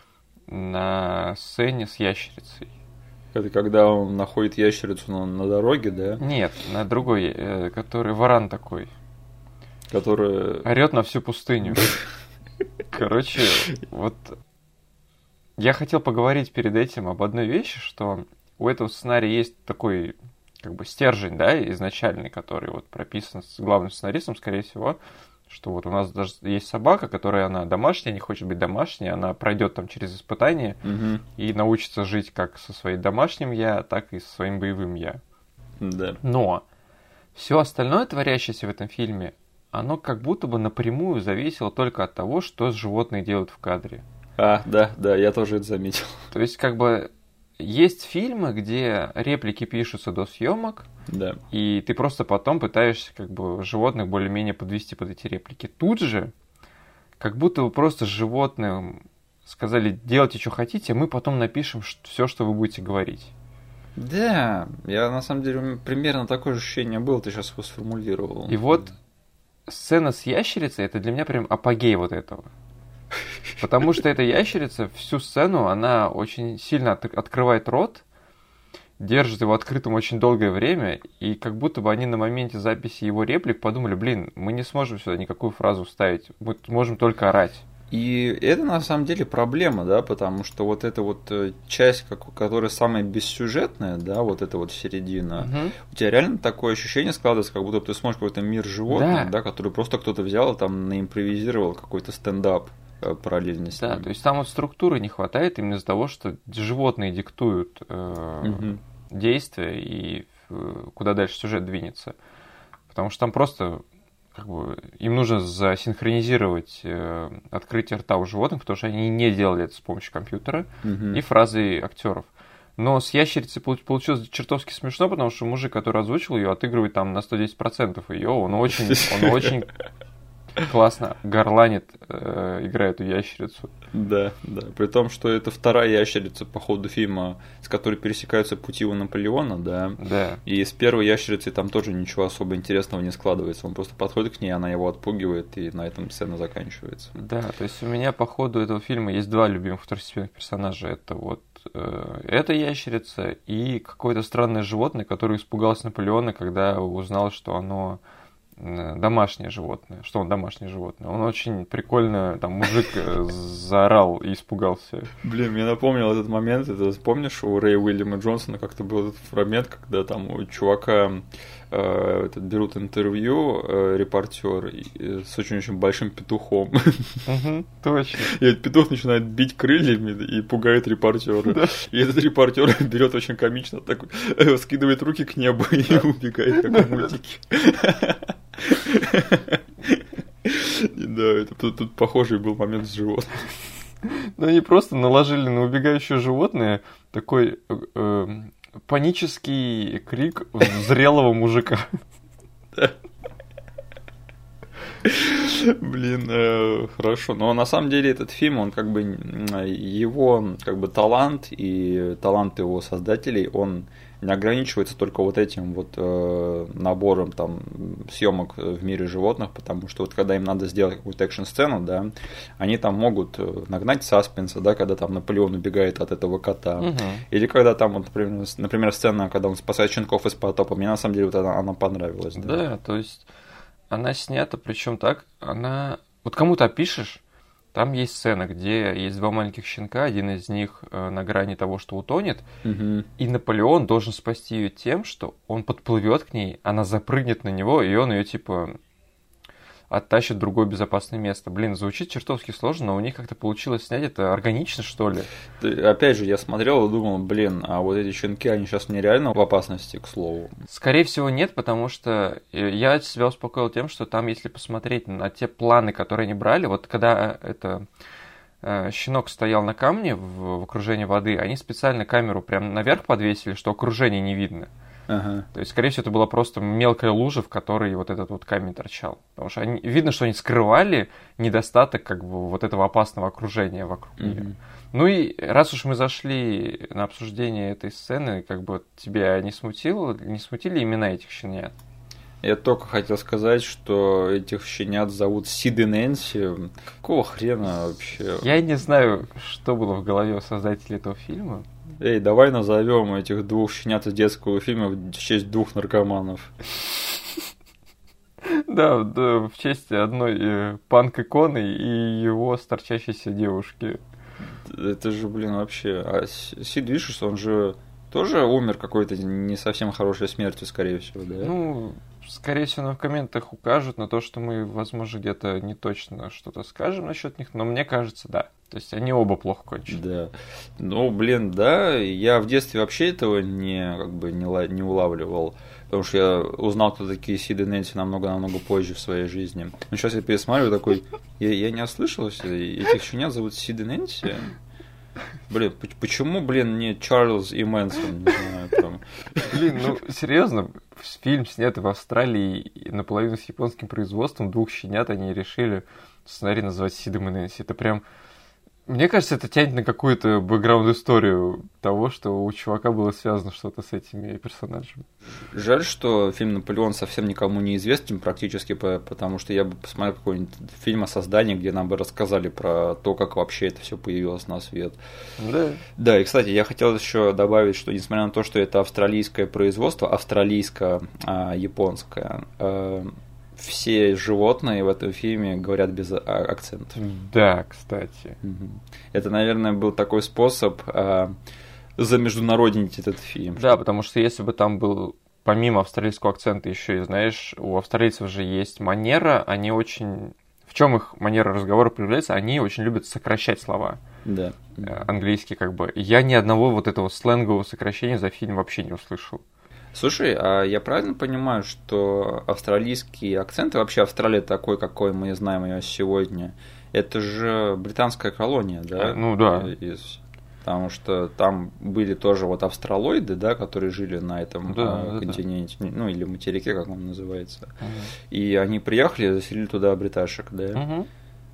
на сцене с ящерицей. Это когда он находит ящерицу на дороге, да? Нет, на другой, который варан такой. Который... Орет на всю пустыню. Короче, вот я хотел поговорить перед этим об одной вещи, что у этого сценария есть такой как бы стержень, да, изначальный, который вот прописан с главным сценаристом, скорее всего, что вот у нас даже есть собака, которая она домашняя, не хочет быть домашней, она пройдет там через испытания и научится жить как со своим домашним я, так и со своим боевым я. Да. Но все остальное, творящееся в этом фильме, оно как будто бы напрямую зависело только от того, что животные делают в кадре. Да, я тоже это заметил. То есть как бы есть фильмы, где реплики пишутся до съемок, да. И ты просто потом пытаешься как бы животных более-менее подвести под эти реплики. Тут же, как будто вы просто животным сказали, делайте, что хотите, мы потом напишем все, что вы будете говорить. Да, я на самом деле примерно такое же ощущение было, ты сейчас его сформулировал. И вот сцена с ящерицей, это для меня прям апогей вот этого. Потому что эта ящерица всю сцену, она очень сильно открывает рот, держит его открытым очень долгое время, и как будто бы они на моменте записи его реплик подумали, блин, мы не сможем сюда никакую фразу вставить, мы можем только орать. И это на самом деле проблема, да, потому что вот эта вот часть, которая самая бессюжетная, да, вот эта вот середина, у тебя реально такое ощущение складывается, как будто ты смотришь какой-то мир животных, да, который просто кто-то взял и там наимпровизировал какой-то стендап параллельно с ним. Да, то есть там вот структуры не хватает именно из-за того, что животные диктуют действия и куда дальше сюжет двинется. Потому что там просто как бы, им нужно засинхронизировать открытие рта у животных, потому что они не делали это с помощью компьютера и фразы актеров. Но с ящерицей получилось чертовски смешно, потому что мужик, который озвучил ее, отыгрывает там на 110% ее, он очень классно горланит, играет эту ящерицу. Да. При том, что это вторая ящерица по ходу фильма, с которой пересекаются пути у Наполеона, да. Да. И с первой ящерицей там тоже ничего особо интересного не складывается. Он просто подходит к ней, она его отпугивает, и на этом сцена заканчивается. Да, то есть у меня по ходу этого фильма есть два любимых второстепенных персонажа. Это вот эта ящерица и какое-то странное животное, которое испугалось Наполеона, когда узнал, что оно домашнее животное, что он домашнее животное. Он очень прикольно, там, мужик заорал и испугался. Блин, мне напомнил этот момент, это помнишь, у Рэя Уильяма Джонсона как-то был этот момент, когда там у чувака берут интервью репортер с очень-очень большим петухом. Точно. И этот петух начинает бить крыльями и пугает репортера. Да. И этот репортер берет очень комично, такой, скидывает руки к небу и убегает, как в мультике. Да, это тут похожий был момент с животным. Ну, они просто наложили на убегающее животное такой панический крик зрелого мужика. Блин, хорошо. Но на самом деле этот фильм, он как бы его как бы талант и талант его создателей, он не ограничивается только вот этим вот набором там съемок в мире животных, потому что вот когда им надо сделать какую-то экшн-сцену, да, они там могут нагнать саспенса, да, когда там Наполеон убегает от этого кота, или когда там, вот, например, сцена, когда он спасает щенков из потопа, мне на самом деле вот она понравилась. Да, то есть она снята, причем так, она... Вот кому-то опишешь, там есть сцена, где есть два маленьких щенка, один из них на грани того, что утонет, и Наполеон должен спасти ее тем, что он подплывет к ней, она запрыгнет на него, и он ее типа оттащит в другое безопасное место. Блин, звучит чертовски сложно, но у них как-то получилось снять это органично, что ли. Опять же, я смотрел и думал, блин, а вот эти щенки, они сейчас нереально в опасности, к слову. Скорее всего, нет, потому что я себя успокоил тем, что там, если посмотреть на те планы, которые они брали, вот когда щенок стоял на камне в окружении воды, они специально камеру прям наверх подвесили, что окружение не видно. Ага. То есть, скорее всего, это была просто мелкая лужа, в которой вот этот вот камень торчал. Потому что видно, что они скрывали недостаток как бы вот этого опасного окружения вокруг нее. Ну и раз уж мы зашли на обсуждение этой сцены, как бы тебя не смутили имена этих щенят? Я только хотел сказать, что этих щенят зовут Сид и Нэнси. Какого хрена вообще? Я не знаю, что было в голове у создателей этого фильма. Эй, давай назовем этих двух щенят из детского фильма в честь двух наркоманов. Да, в честь одной панк-иконы и его торчащейся девушки. Это же, блин, вообще... А Сид Вишес, он же тоже умер какой-то не совсем хорошей смертью, скорее всего, да? Ну, скорее всего, нам в комментах укажут на то, что мы, возможно, где-то не точно что-то скажем насчет них, но мне кажется, да. То есть они оба плохо кончили. Да. Ну, блин, да. Я в детстве вообще этого не улавливал. Потому что я узнал, кто такие Сид и Нэнси намного-намного позже в своей жизни. Но сейчас я пересматриваю такой, я не ослышался, этих щенят зовут Сид и Нэнси. Блин, почему, не Чарльз и Мэнсон, не знаю, там. Блин, ну, серьезно, фильм снят в Австралии наполовину с японским производством, двух щенят они решили сценарий называть Сидом и Нэнси. Это прям... Мне кажется, это тянет на какую-то бэкграунд-историю того, что у чувака было связано что-то с этими персонажами. Жаль, что фильм «Наполеон» совсем никому не известен практически, потому что я бы посмотрел какой-нибудь фильм о создании, где нам бы рассказали про то, как вообще это все появилось на свет. Да. Да, и, кстати, я хотел еще добавить, что несмотря на то, что это австралийское производство, австралийско-японское, все животные в этом фильме говорят без акцентов. Да, кстати. Это, наверное, был такой способ замеждународнить этот фильм. Да, потому что если бы там был помимо австралийского акцента еще и, знаешь, у австралийцев же есть манера, они очень... В чем их манера разговора проявляется? Они очень любят сокращать слова. Да. Английский как бы. Я ни одного вот этого сленгового сокращения за фильм вообще не услышал. Слушай, а я правильно понимаю, что австралийские акценты, вообще Австралия такой, какой мы знаем ее сегодня, это же британская колония, да? Ну да. Потому что там были тоже вот австралоиды, да, которые жили на этом континенте, ну или материке, как он называется. И они приехали и заселили туда бриташек, да?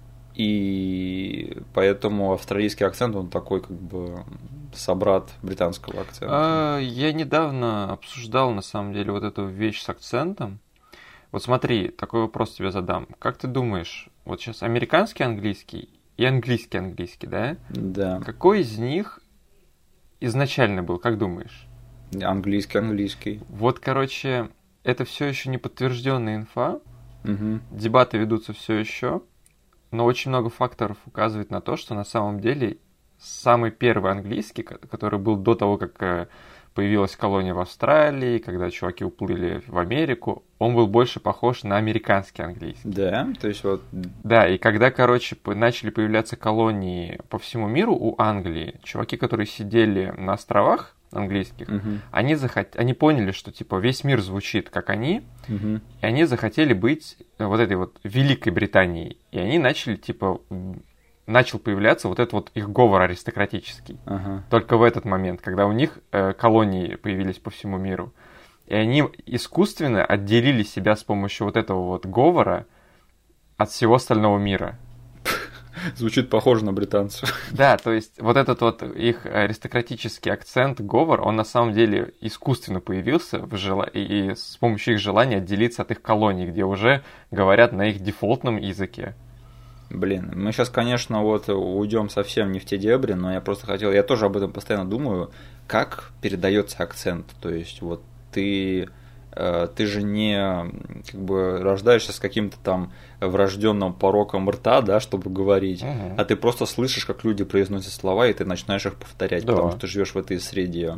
И поэтому австралийский акцент, он такой как бы собрат британского акцента. Я недавно обсуждал, на самом деле, вот эту вещь с акцентом. Вот смотри, такой вопрос тебе задам. Как ты думаешь, вот сейчас американский английский и английский, да? Да. Какой из них изначально был, как думаешь? Английский. Вот, короче, это все еще не подтвержденная инфа. Дебаты ведутся все еще. Но очень много факторов указывает на то, что на самом деле самый первый английский, который был до того, как появилась колония в Австралии, когда чуваки уплыли в Америку, он был больше похож на американский английский. Да, то есть вот... Да, и когда, короче, начали появляться колонии по всему миру у Англии, чуваки, которые сидели на островах английских, они поняли, что типа весь мир звучит как они, и они захотели быть вот этой вот Великой Британией. И они начали типа начал появляться вот этот вот их говор аристократический. Только в этот момент, когда у них колонии появились по всему миру. И они искусственно отделили себя с помощью вот этого вот говора от всего остального мира. Звучит похоже на британцев. Да, то есть вот этот вот их аристократический акцент, говор, он на самом деле искусственно появился и с помощью их желания отделиться от их колоний, где уже говорят на их дефолтном языке. Блин, мы сейчас, конечно, вот уйдем совсем не в те дебри, но я просто хотел, я тоже об этом постоянно думаю, как передается акцент. То есть вот ты же не как бы рождаешься с каким-то там врожденным пороком рта, да, чтобы говорить, а ты просто слышишь, как люди произносят слова, и ты начинаешь их повторять, потому что ты живешь в этой среде.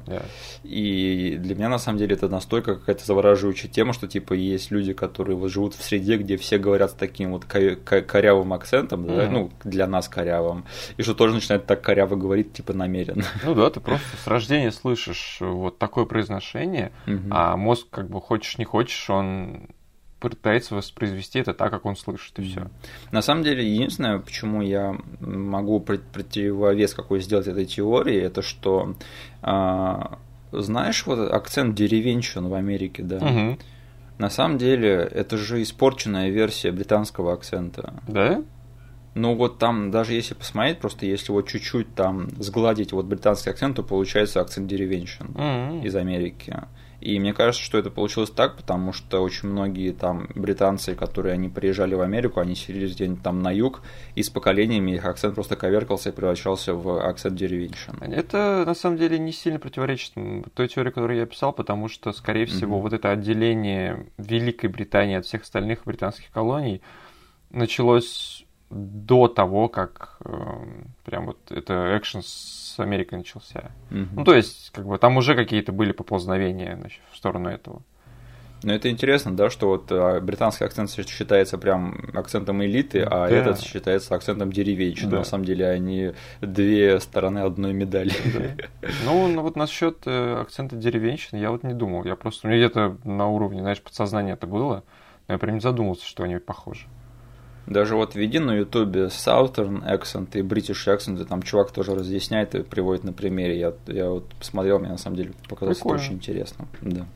И для меня на самом деле это настолько какая-то завораживающая тема, что типа есть люди, которые вот живут в среде, где все говорят с таким вот корявым акцентом, да, ну, для нас корявым, и что тоже начинает так коряво говорить, типа намеренно. Ну да, ты просто с рождения слышишь вот такое произношение, а мозг как бы хочешь не хочешь, он пытается воспроизвести это так, как он слышит, и все. На самом деле, единственное, почему я могу противовес какой сделать этой теории, это что, знаешь, вот акцент деревенщин в Америке, да? На самом деле, это же испорченная версия британского акцента. Да? Ну вот там, даже если посмотреть, просто если вот чуть-чуть там сгладить вот британский акцент, то получается акцент деревенщин из Америки. И мне кажется, что это получилось так, потому что очень многие там британцы, которые они приезжали в Америку, они селились где-нибудь там на юг, и с поколениями их акцент просто коверкался и превращался в акцент деревенщин. Это на самом деле не сильно противоречит той теории, которую я писал, потому что, скорее всего, вот это отделение Великой Британии от всех остальных британских колоний началось до того, как прям вот это экшен с Америкой начался. Ну, то есть, как бы там уже какие-то были поползновения, значит, в сторону этого. Ну, это интересно, да, что вот британский акцент считается прям акцентом элиты, а этот считается акцентом деревенщин. Да. На самом деле они две стороны одной медали. Да. Ну, вот насчет акцента деревенщин я вот не думал. Я просто, у меня где-то на уровне, знаешь, подсознания это было, но я прям не задумался, что они похожи. Даже вот введи на ютубе Southern accent и British accent, и там чувак тоже разъясняет и приводит на примере. Я вот посмотрел, мне на самом деле показалось это очень интересно.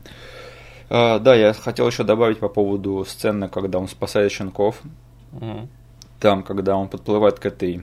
Да. Да, я хотел еще добавить по поводу сцены, когда он спасает щенков. Там, когда он подплывает к этой...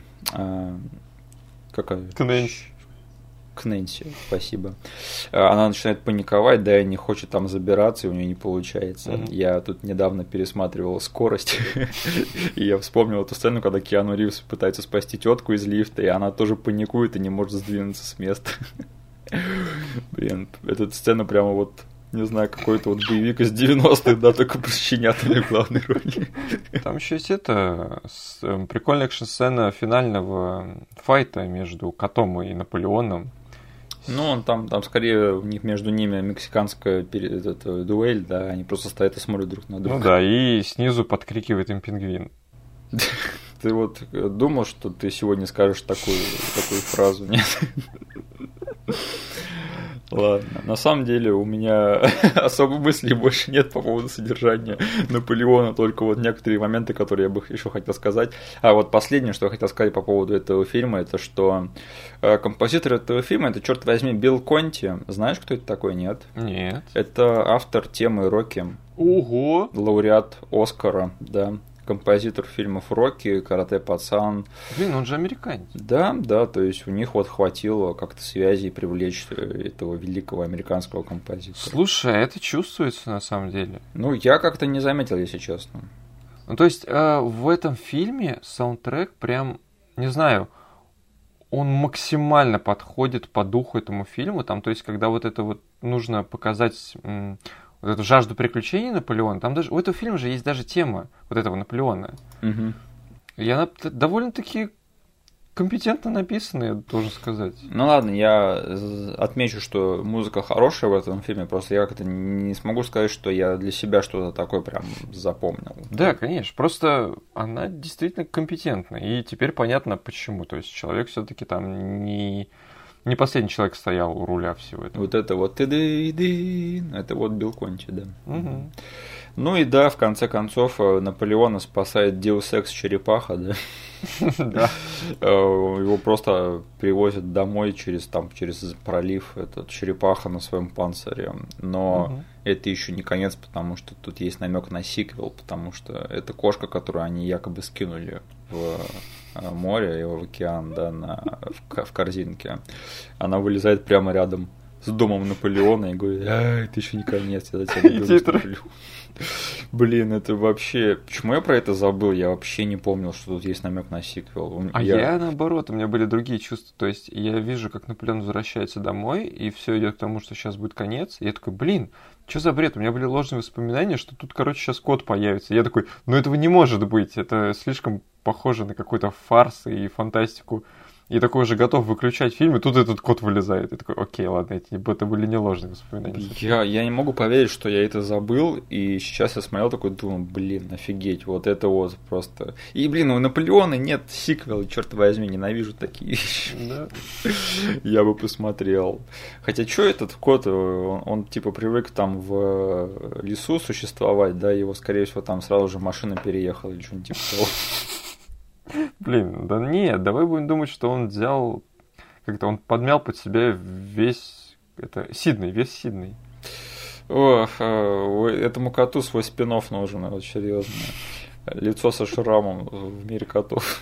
К Нэнси, спасибо. Она начинает паниковать, да, и не хочет там забираться, и у нее не получается. Я тут недавно пересматривал «Скорость», и я вспомнил эту сцену, когда Киану Ривз пытается спасти тетку из лифта, и она тоже паникует и не может сдвинуться с места. Блин, эта сцена прямо вот, не знаю, какой-то вот боевик из 90-х, да, только про щенятами в главной роли. Там еще есть прикольная экшн-сцена финального файта между котом и Наполеоном. Ну, он там скорее у них между ними мексиканская дуэль, да, они просто стоят и смотрят друг на друга. Ну да, и снизу подкрикивает им пингвин. Ты вот думал, что ты сегодня скажешь такую фразу, нет? Ладно, на самом деле у меня особо мыслей больше нет по поводу содержания Наполеона, только вот некоторые моменты, которые я бы еще хотел сказать. А вот последнее, что я хотел сказать по поводу этого фильма, это что композитор этого фильма, это, черт возьми, Билл Конти. Знаешь, кто это такой, нет? Нет. Это автор темы «Рокки». Ого! Лауреат Оскара, да. Композитор фильмов «Рокки», «Карате пацан». Блин, он же американец. Да, то есть у них вот хватило как-то связей привлечь этого великого американского композитора. Слушай, это чувствуется на самом деле. Ну, я как-то не заметил, если честно. Ну, то есть в этом фильме саундтрек прям, не знаю, он максимально подходит по духу этому фильму. Там, то есть, когда вот это вот нужно показать... вот эту жажду приключений Наполеона, там даже у этого фильма же есть даже тема вот этого Наполеона. И она довольно-таки компетентно написана, я должен сказать. Ну ладно, я отмечу, что музыка хорошая в этом фильме, просто я как-то не смогу сказать, что я для себя что-то такое прям запомнил. Да, конечно, просто она действительно компетентна, и теперь понятно почему. То есть человек все-таки там не последний человек стоял у руля всего этого. Вот это вот это вот Билл Конти, да. Ну и да, в конце концов, Наполеона спасает Deus Ex черепаха, да? Да. Его просто привозят домой через пролив, этот черепаха на своем панцире. Но это еще не конец, потому что тут есть намек на сиквел, потому что это кошка, которую они якобы скинули в море и в океан, да, в корзинке. Она вылезает прямо рядом с домом Наполеона и говорит: это еще не конец, я за тебя люблю. Блин, это вообще... Почему я про это забыл? Я вообще не помнил, что тут есть намек на сиквел. Я наоборот, у меня были другие чувства. То есть я вижу, как Наполеон возвращается домой, и все идет к тому, что сейчас будет конец. И я такой, блин, что за бред? У меня были ложные воспоминания, что тут, короче, сейчас кот появится. И я такой, этого не может быть. Это слишком похоже на какой-то фарс и фантастику. И такой уже готов выключать фильм, и тут этот кот вылезает. И такой, окей, ладно, это были не ложные воспоминания. Я не могу поверить, что я это забыл, и сейчас я смотрел такой, думаю, блин, офигеть, вот это вот просто... И, блин, у Наполеона нет сиквела, черт возьми, ненавижу такие вещи. Да. Я бы посмотрел. Хотя, что этот кот, он типа привык там в лесу существовать, да, его, скорее всего, там сразу же машина переехала или что-нибудь типа того. Блин, да нет, давай будем думать, что он взял, как-то он подмял под себя весь Сидней. Этому коту свой спин-офф нужен, вот серьезно. Лицо со шрамом в мире котов.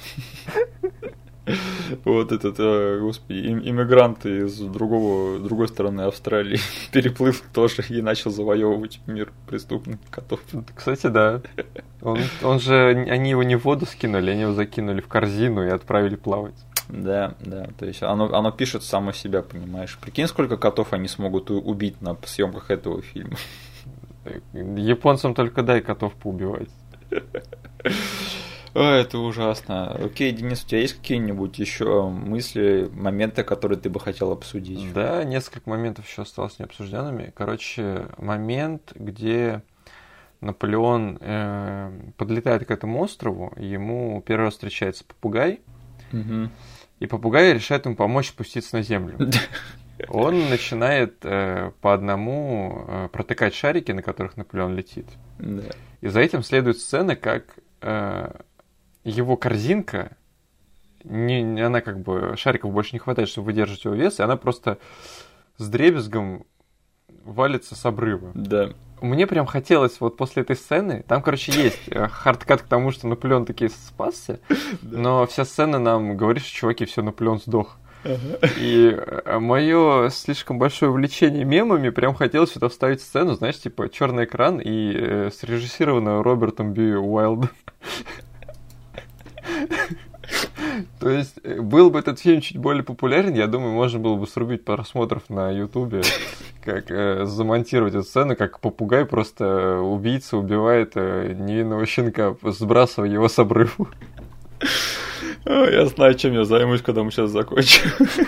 Вот этот, господи, иммигрант из другой стороны Австралии переплыл тоже и начал завоевывать мир преступных котов. Кстати, да. Они его не в воду скинули, они его закинули в корзину и отправили плавать. Да, то есть оно пишет само себя, понимаешь. Прикинь, сколько котов они смогут убить на съемках этого фильма. Японцам только дай котов поубивать. Это ужасно. Окей, Денис, у тебя есть какие-нибудь еще мысли, моменты, которые ты бы хотел обсудить? Да, несколько моментов еще осталось необсужденными. Короче, момент, где Наполеон подлетает к этому острову, ему первый раз встречается попугай, и попугай решает ему помочь спуститься на землю. Он начинает по одному протыкать шарики, на которых Наполеон летит. И за этим следует сцена, как его корзинка, она как бы, шариков больше не хватает, чтобы выдержать его вес, и она просто с дребезгом валится с обрыва. Да. Мне прям хотелось вот после этой сцены, там, короче, есть хардкат к тому, что Наполеон таки спасся, но вся сцена нам говорит, что, чуваки, все, Наполеон сдох. И мое слишком большое увлечение мемами прям хотелось сюда вставить сцену, знаешь, типа черный экран и срежиссированную Робертом Бью Уайлдом. То есть, был бы этот фильм чуть более популярен, я думаю, можно было бы срубить просмотров на Ютубе, как замонтировать эту сцену, как попугай просто убийца убивает невинного щенка, сбрасывая его с обрыва. Я знаю, чем я займусь, когда мы сейчас закончим.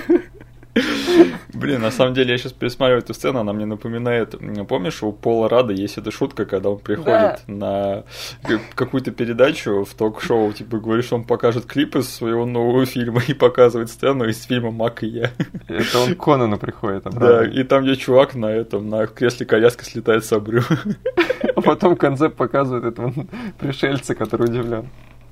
Блин, на самом деле я сейчас пересматриваю эту сцену, она мне напоминает, помнишь, у Пола Радда есть эта шутка, когда он приходит на какую-то передачу в ток-шоу, типа говорит, что он покажет клип из своего нового фильма и показывает сцену из фильма «Мак и я». Это он к Конану приходит. Да, и там где чувак на кресле коляска слетает с обрыва. А потом концепт показывает этого пришельца, который удивлен.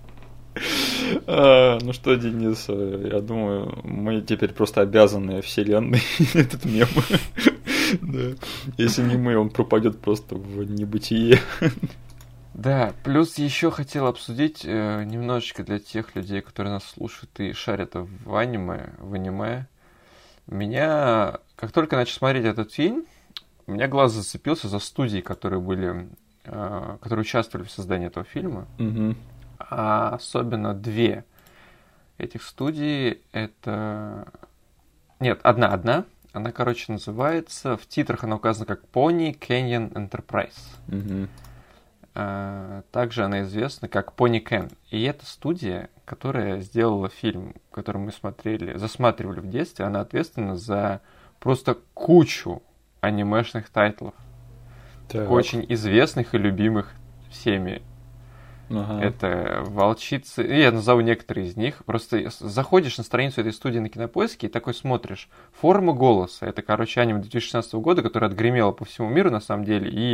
Ну что, Денис, я думаю, мы теперь просто обязаны вселенной этот мем. Да. Если не мы, он пропадет просто в небытие. Да, плюс еще хотел обсудить немножечко для тех людей, которые нас слушают и шарят в аниме. Меня, как только начал смотреть этот фильм, у меня глаз зацепился за студии, которые участвовали в создании этого фильма. А особенно две этих студии, это... Нет, одна. Она, короче, называется... В титрах она указана как Pony Canyon Enterprise. Также она известна как Pony Can. И эта студия, которая сделала фильм, который мы засматривали в детстве, она ответственна за просто кучу анимешных тайтлов. Очень известных и любимых всеми. Это «Волчицы». Я назову некоторые из них. Просто заходишь на страницу этой студии на Кинопоиске и такой смотришь. «Форма голоса». Это, короче, аниме 2016 года, которое отгремело по всему миру, на самом деле. И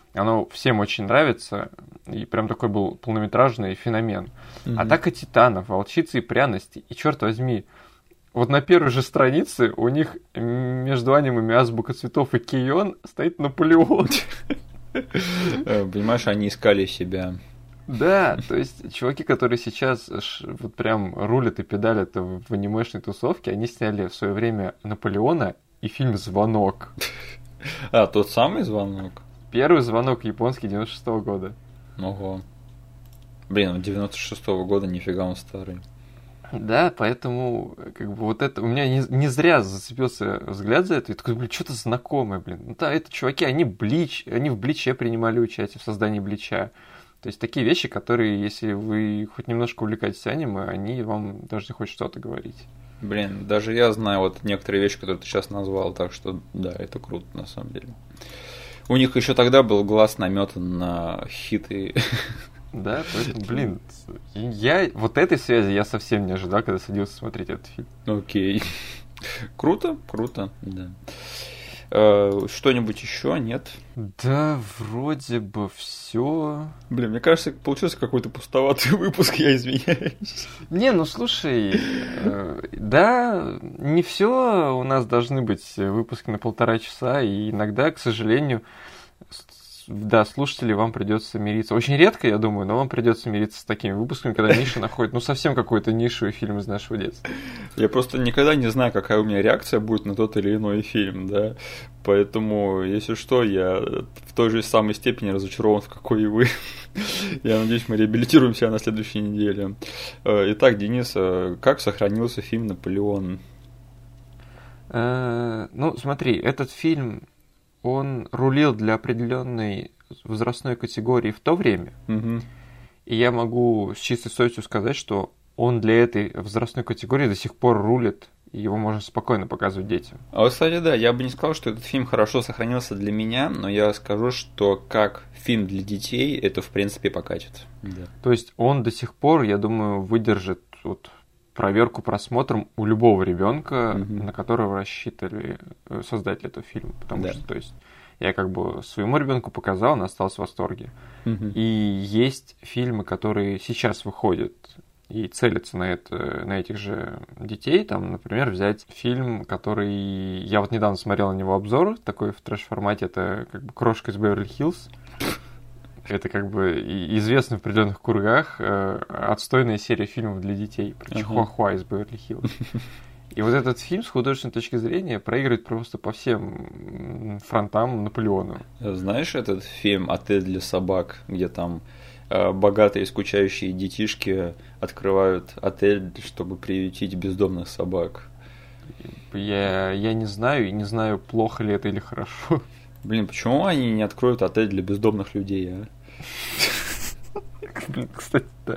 оно всем очень нравится, и прям такой был полнометражный феномен. «Атака титанов», «Волчица и пряности», и, черт возьми, вот на первой же странице у них между анимами «Азбука цветов» и «Кейон» стоит Наполеон. Понимаешь, они искали себя. Да, то есть чуваки, которые сейчас вот прям рулят и педалят в анимешной тусовке, они сняли в свое время Наполеона и фильм «Звонок». А, тот самый «Звонок»? Первый «Звонок» японский 96-го года. Ого. Блин, 96-го года, нифига он старый. Да, поэтому как бы вот это... У меня не зря зацепился взгляд за это. И такой, блин, что-то знакомое, блин. Ну да, это чуваки, они в Бличе принимали участие в создании Блича. То есть такие вещи, которые, если вы хоть немножко увлекаетесь аниме, они вам даже хоть что-то говорить. Блин, даже я знаю вот некоторые вещи, которые ты сейчас назвал, так что да, это круто на самом деле. У них еще тогда был глаз наметан на хиты. Да, поэтому, блин, вот этой связи я совсем не ожидал, когда садился смотреть этот фильм. Окей. Круто, да. Что-нибудь еще, нет? Да, вроде бы все. Блин, мне кажется, получился какой-то пустоватый выпуск, я извиняюсь. Не, ну слушай, да, не все у нас должны быть выпуски на 1,5 часа, и иногда, к сожалению, да, слушатели, вам придется мириться. Очень редко, я думаю, но вам придется мириться с такими выпусками, когда Миша находит, ну, совсем какой-то нишевый фильм из нашего детства. Я просто никогда не знаю, какая у меня реакция будет на тот или иной фильм, да. Поэтому, если что, я в той же самой степени разочарован, в какой и вы. Я надеюсь, мы реабилитируемся на следующей неделе. Итак, Денис, как сохранился фильм «Наполеон»? Ну, смотри, этот фильм... Он рулил для определенной возрастной категории в то время. Угу. И я могу с чистой совестью сказать, что он для этой возрастной категории до сих пор рулит, и его можно спокойно показывать детям. А вот, кстати, да, я бы не сказал, что этот фильм хорошо сохранился для меня, но я скажу, что как фильм для детей, это, в принципе, покатит. Да. То есть он до сих пор, я думаю, выдержит вот проверку просмотром у любого ребенка, на которого рассчитывали создатели этого фильма. Потому что, то есть, я как бы своему ребенку показал, он остался в восторге. И есть фильмы, которые сейчас выходят и целятся на этих же детей. Там, например, взять фильм, который... Я вот недавно смотрел на него обзор, такой в трэш-формате, это как бы «Крошка из Беверли-Хиллз». Это как бы известно в определенных кругах отстойная серия фильмов для детей про Чихуахуа из Беверли-Хиллз. И вот этот фильм с художественной точки зрения проигрывает просто по всем фронтам Наполеону. Знаешь этот фильм «Отель для собак», где там богатые скучающие детишки открывают отель, чтобы приютить бездомных собак? Я не знаю, и не знаю, плохо ли это или хорошо. Блин, почему они не откроют отель для бездомных людей, а? Кстати, да.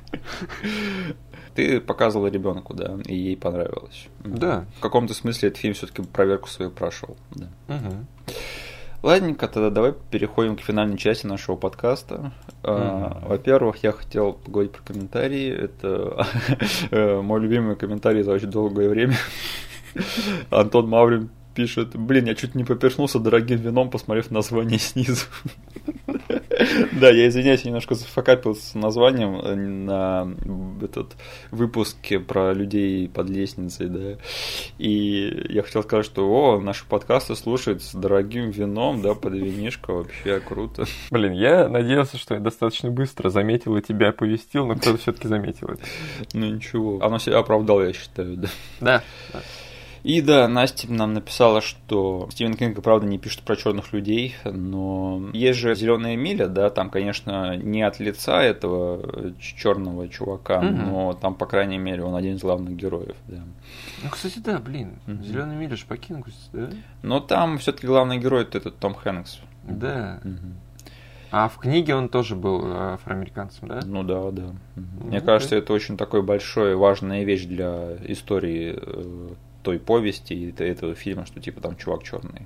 Ты показывала ребенку, да, и ей понравилось. Да. В каком-то смысле этот фильм все-таки проверку свою прошел. Да. Угу. Ладненько, тогда давай переходим к финальной части нашего подкаста. Во-первых, я хотел поговорить про комментарии. Это мой любимый комментарий за очень долгое время. Антон Маврин пишет: блин, я чуть не поперхнулся дорогим вином, посмотрев название снизу. Да, я извиняюсь, немножко зафакапил с названием на этот выпуске про людей под лестницей, да. И я хотел сказать, что наши подкасты слушают с дорогим вином, да, под винишко, вообще круто. Блин, я надеялся, что я достаточно быстро заметил и тебя оповестил, но кто-то все-таки заметил это. Ну ничего, оно себя оправдало, я считаю, да. Да. И да, Настя нам написала, что Стивен Кинг, правда, не пишет про черных людей, но есть же «Зеленая миля», да, там, конечно, не от лица этого черного чувака, но там, по крайней мере, он один из главных героев, да. Ну, кстати, да, блин, «Зеленая миля» же по Кингу, да? Но там все-таки главный герой это этот Том Хэнкс. Да. А в книге он тоже был афроамериканцем, да? Ну да, да. Мне кажется, это очень такой большой, важная вещь для истории той повести и этого фильма, что типа там чувак черный.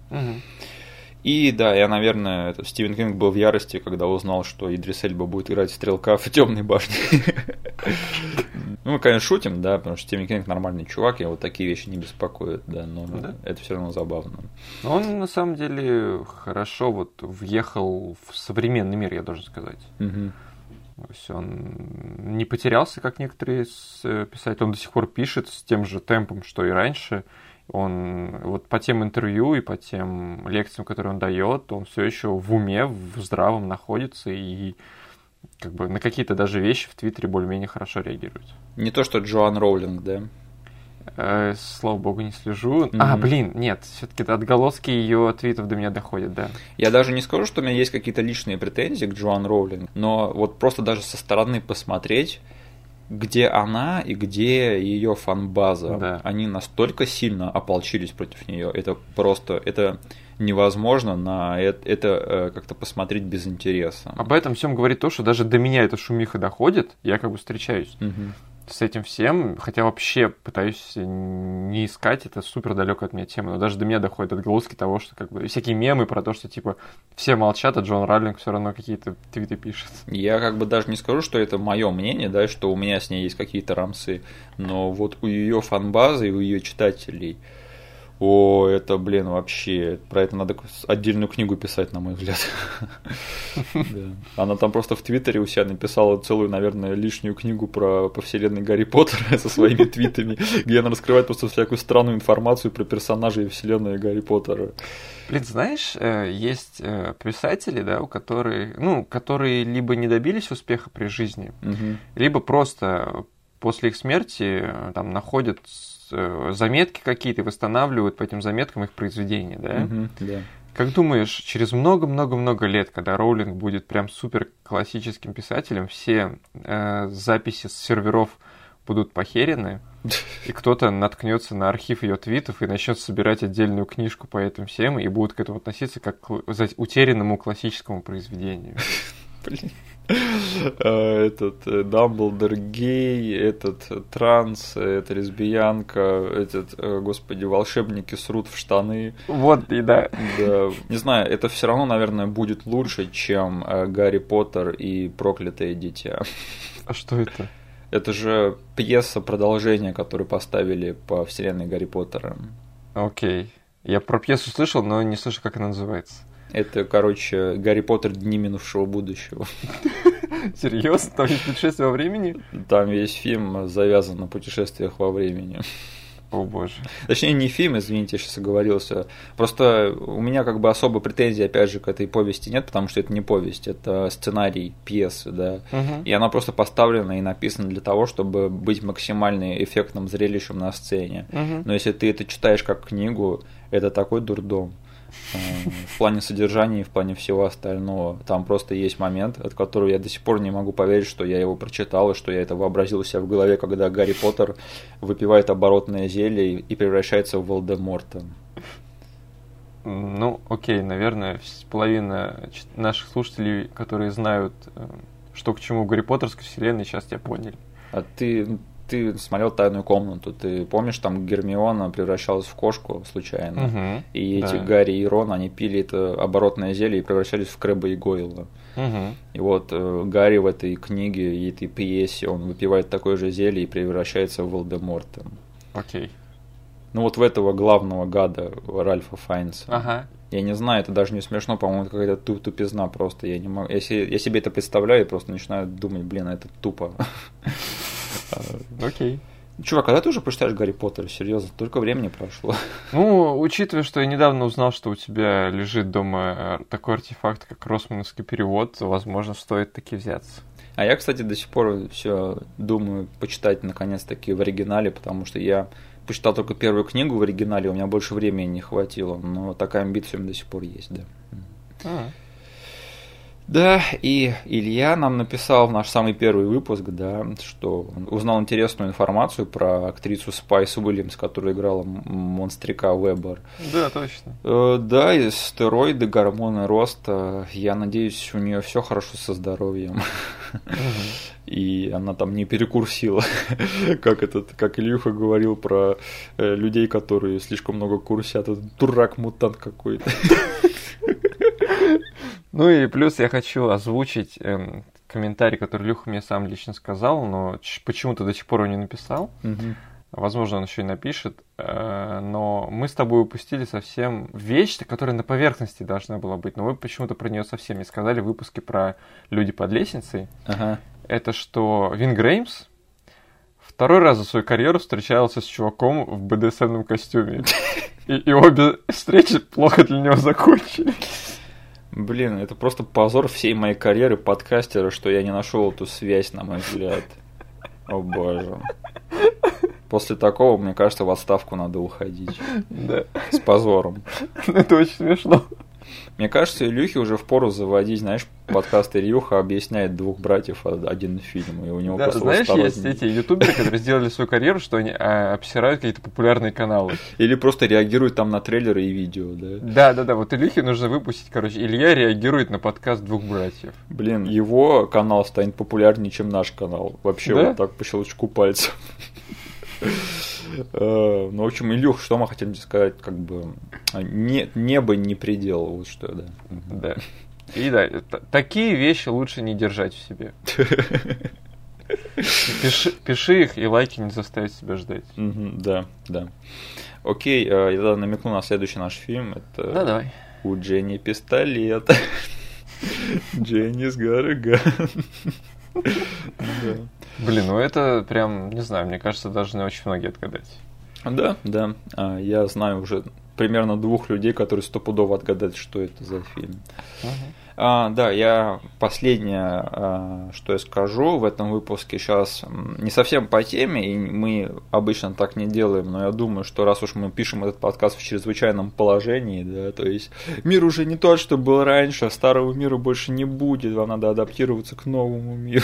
И да, я, наверное, Стивен Кинг был в ярости, когда узнал, что Идрис Эльба будет играть стрелка в «Темной башне». Ну, мы, конечно, шутим, да, потому что Стивен Кинг нормальный чувак, и вот такие вещи не беспокоят, да, но это все равно забавно. Он, на самом деле, хорошо вот въехал в современный мир, я должен сказать. То есть он не потерялся, как некоторые писатели, он до сих пор пишет с тем же темпом, что и раньше. Он вот по тем интервью и по тем лекциям, которые он дает, он все еще в уме, в здравом находится и как бы на какие-то даже вещи в Твиттере более-менее хорошо реагирует. Не то, что Джоан Роулинг, да? Слава богу, не слежу. Нет, все-таки отголоски ее твитов до меня доходят, да. Я даже не скажу, что у меня есть какие-то личные претензии к Джоан Роулинг, но вот просто даже со стороны посмотреть, где она и где ее фан-база, да. Они настолько сильно ополчились против нее, это просто, это невозможно на это как-то посмотреть без интереса. Об этом всем говорит то, что даже до меня эта шумиха доходит, я как бы встречаюсь с этим всем, хотя вообще пытаюсь не искать, это супер далеко от меня тема, но даже до меня доходят отголоски того, что как бы всякие мемы про то, что типа все молчат, а Джоан Роулинг все равно какие-то твиты пишет. Я как бы даже не скажу, что это мое мнение, да, что у меня с ней есть какие-то рамсы, но вот у ее фан-базы и у ее читателей, это, вообще, про это надо отдельную книгу писать, на мой взгляд. Она там просто в Твиттере у себя написала целую, наверное, лишнюю книгу по вселенной Гарри Поттера со своими твитами, где она раскрывает просто всякую странную информацию про персонажей вселенной Гарри Поттера. Блин, знаешь, есть писатели, да, которые либо не добились успеха при жизни, либо просто после их смерти там находят заметки какие-то, восстанавливают по этим заметкам их произведения, да? Да. Как думаешь, через много-много-много лет, когда Роулинг будет прям супер классическим писателем, все записи с серверов будут похерены, и кто-то наткнется на архив ее твитов и начнет собирать отдельную книжку по этим всем, и будут к этому относиться как к утерянному классическому произведению? Блин. Этот Дамблдор гей, этот транс, эта лесбиянка, господи, волшебники срут в штаны. Вот, и да. Да. Не знаю, это все равно, наверное, будет лучше, чем Гарри Поттер и Проклятое дитя. А что это? Это же пьеса продолжения, которую поставили по вселенной Гарри Поттера. Окей. Я про пьесу слышал, но не слышал, как она называется. Это, короче, Гарри Поттер Дни минувшего будущего. Серьезно? Там есть путешествие во времени? Там весь фильм завязан на путешествиях во времени. О боже. Точнее, не фильм, извините, я сейчас оговорился. Просто у меня как бы особо претензий, опять же, к этой повести нет, потому что это не повесть, это сценарий пьесы, да. И она просто поставлена и написана для того, чтобы быть максимально эффектным зрелищем на сцене. Но если ты это читаешь как книгу, это такой дурдом. В плане содержания и в плане всего остального. Там просто есть момент, от которого я до сих пор не могу поверить, что я его прочитал, и что я это вообразил у себя в голове, когда Гарри Поттер выпивает оборотное зелье и превращается в Волдеморта. Ну, окей, наверное, половина наших слушателей, которые знают, что к чему в Гарри Поттерской вселенной, сейчас тебя поняли. А ты смотрел «Тайную комнату», ты помнишь, там Гермиона превращалась в кошку случайно, и эти Гарри и Рон, они пили это оборотное зелье и превращались в Крэбба и Гойла. И вот Гарри в этой книге и этой пьесе, он выпивает такое же зелье и превращается в Волдеморта. Окей. Ну вот в этого главного гада Ральфа Файнса. Я не знаю, это даже не смешно, по-моему, это какая-то тупизна просто. Я не могу. Если я себе это представляю, я просто начинаю думать, блин, это тупо. Окей. Чувак, когда ты уже прочитаешь Гарри Поттера? Серьезно, только времени прошло. Ну, учитывая, что я недавно узнал, что у тебя лежит дома такой артефакт, как Росмановский перевод, возможно, стоит таки взяться. А я, кстати, до сих пор все думаю почитать наконец-таки в оригинале, потому что я почитал только первую книгу в оригинале, у меня больше времени не хватило, но такая амбиция у меня до сих пор есть, да. Да, и Илья нам написал в наш самый первый выпуск, да, что он узнал интересную информацию про актрису Спайс Уильямс, которая играла монстрика Вебер. Да, точно. Да, и стероиды, гормоны роста. Я надеюсь, у нее все хорошо со здоровьем. И она там не перекурсила, как Ильюха говорил про людей, которые слишком много курсят. Это дурак-мутант какой-то. Ну и плюс я хочу озвучить комментарий, который Илюха мне сам лично сказал, но почему-то до сих пор он не написал. Возможно, он еще и напишет. Но мы с тобой упустили совсем вещь, которая на поверхности должна была быть. Но вы почему-то про нее совсем не сказали в выпуске про «Люди под лестницей». Это что Вин Греймс второй раз за свою карьеру встречался с чуваком в БДСМном костюме. И обе встречи плохо для него закончились. Блин, это просто позор всей моей карьеры подкастера, что я не нашел эту связь, на мой взгляд. О боже. После такого, мне кажется, в отставку надо уходить. Да. С позором. Это очень смешно. Мне кажется, Илюхе уже впору заводить, знаешь, подкаст Илюха объясняет двух братьев один фильм, и у него да, просто знаешь, есть эти ютуберы, которые сделали свою карьеру, что они обсирают какие-то популярные каналы. Или просто реагируют там на трейлеры и видео, да? Да, вот Илюхе нужно выпустить, Илья реагирует на подкаст двух братьев. Блин, его канал станет популярнее, чем наш канал. Вообще да? Вот так по щелчку пальцев. Ну, в общем, Илюх, что мы хотим сказать, как бы небо не предел, вот что, да. Да. И да, такие вещи лучше не держать в себе. Пиши их, и лайки не заставят себя ждать. Да. Окей, я тогда намекну на следующий наш фильм. Это да, давай. У Дженни пистолет. Дженнис Гарриган. Блин, ну это прям, не знаю, мне кажется, должны очень многие отгадать. Да. Я знаю уже примерно 2 людей, которые стопудово отгадают, что это за фильм. Да, я последнее, что я скажу в этом выпуске сейчас, не совсем по теме, и мы обычно так не делаем, но я думаю, что раз уж мы пишем этот подкаст в чрезвычайном положении, да, то есть мир уже не тот, что был раньше, старого мира больше не будет, вам надо адаптироваться к новому миру.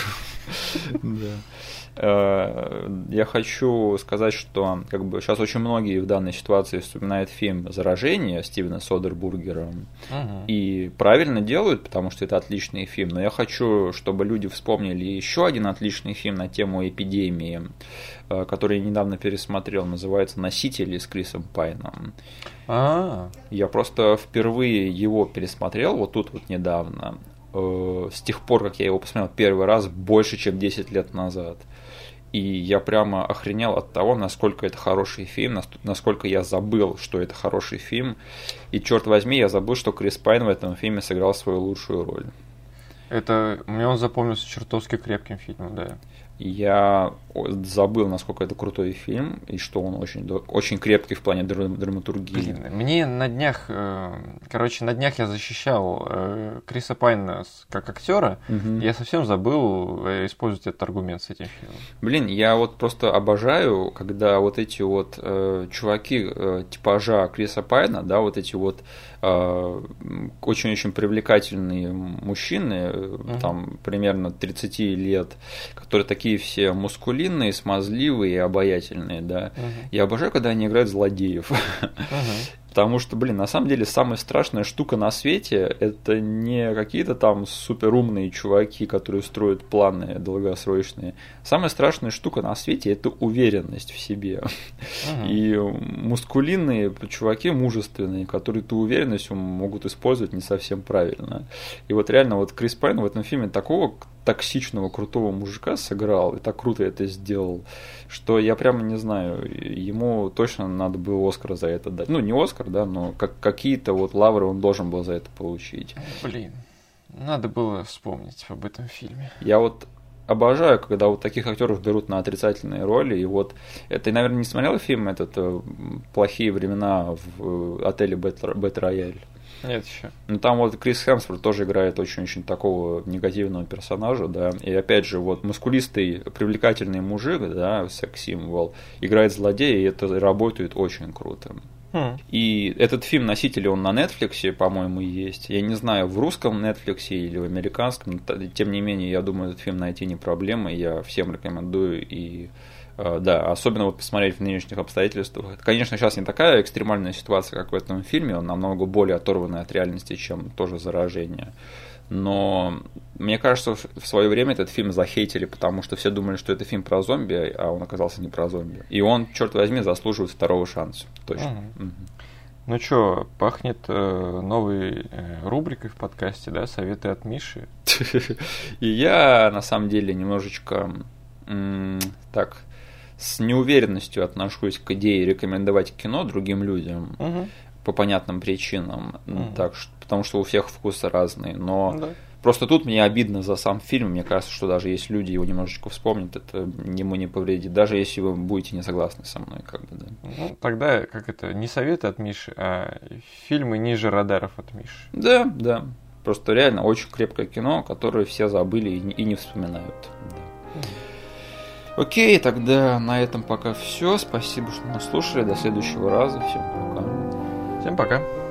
Я хочу сказать, что как бы сейчас очень многие в данной ситуации вспоминают фильм «Заражение» Стивена Содербургера и правильно делают, потому что это отличный фильм, но я хочу, чтобы люди вспомнили еще один отличный фильм на тему эпидемии, который я недавно пересмотрел, называется «Носители» с Крисом Пайном. Я просто впервые его пересмотрел вот тут вот недавно, с тех пор, как я его посмотрел первый раз, больше, чем 10 лет назад. И я прямо охренел от того, насколько это хороший фильм, насколько я забыл, что это хороший фильм. И, черт возьми, я забыл, что Крис Пайн в этом фильме сыграл свою лучшую роль. Мне он запомнился чертовски крепким фильмом, да. Я забыл, насколько это крутой фильм, и что он очень крепкий в плане драматургии. Блин, мне на днях я защищал Криса Пайна как актера, я совсем забыл использовать этот аргумент с этим фильмом. Блин, я вот просто обожаю, когда вот эти вот чуваки типажа Криса Пайна, да, вот эти вот очень-очень привлекательные мужчины, там примерно 30 лет, которые такие все мускулинные, смазливые и обаятельные, да. Я обожаю, когда они играют злодеев. Потому что, блин, на самом деле самая страшная штука на свете – это не какие-то там суперумные чуваки, которые строят планы долгосрочные. Самая страшная штука на свете – это уверенность в себе. И мускулинные чуваки, мужественные, которые эту уверенность могут использовать не совсем правильно. И вот реально вот Крис Пайн в этом фильме такого токсичного, крутого мужика сыграл, и так круто это сделал, что я прямо не знаю, ему точно надо было Оскар за это дать. Ну, не Оскар, да, но какие-то вот лавры он должен был за это получить. Блин, надо было вспомнить об этом фильме. Я вот обожаю, когда вот таких актеров берут на отрицательные роли, и вот ты, наверное, не смотрел фильм этот «Плохие времена» в отеле Бэт-Рояль? Нет еще. Ну там вот Крис Хемсворт тоже играет очень-очень такого негативного персонажа, да, и опять же вот мускулистый, привлекательный мужик, да, секс-символ, играет злодея, и это работает очень круто. И этот фильм «Носители», он на Netflix, по-моему, есть. Я не знаю, в русском Netflix или в американском, тем не менее, я думаю, этот фильм найти не проблема, я всем рекомендую, и да, особенно вот посмотреть в нынешних обстоятельствах. Конечно, сейчас не такая экстремальная ситуация, как в этом фильме, он намного более оторванный от реальности, чем тоже «Заражение». Но мне кажется, в свое время этот фильм захейтили, потому что все думали, что это фильм про зомби, а он оказался не про зомби. И он, черт возьми, заслуживает второго шанса. Точно. Ну что, пахнет новой рубрикой в подкасте, да? Советы от Миши. И я, на самом деле, немножечко так с неуверенностью отношусь к идее рекомендовать кино другим людям по понятным причинам, так, потому что у всех вкусы разные, но просто тут мне обидно за сам фильм, мне кажется, что даже если люди его немножечко вспомнят, это ему не повредит, даже если вы будете не согласны со мной, как бы, да. Ну, тогда, как это, не советы от Миши, а фильмы ниже радаров от Миши. Да, да, просто реально очень крепкое кино, которое все забыли и не вспоминают, да. Окей, тогда на этом пока все. Спасибо, что нас слушали. До следующего раза. Всем пока. Всем пока.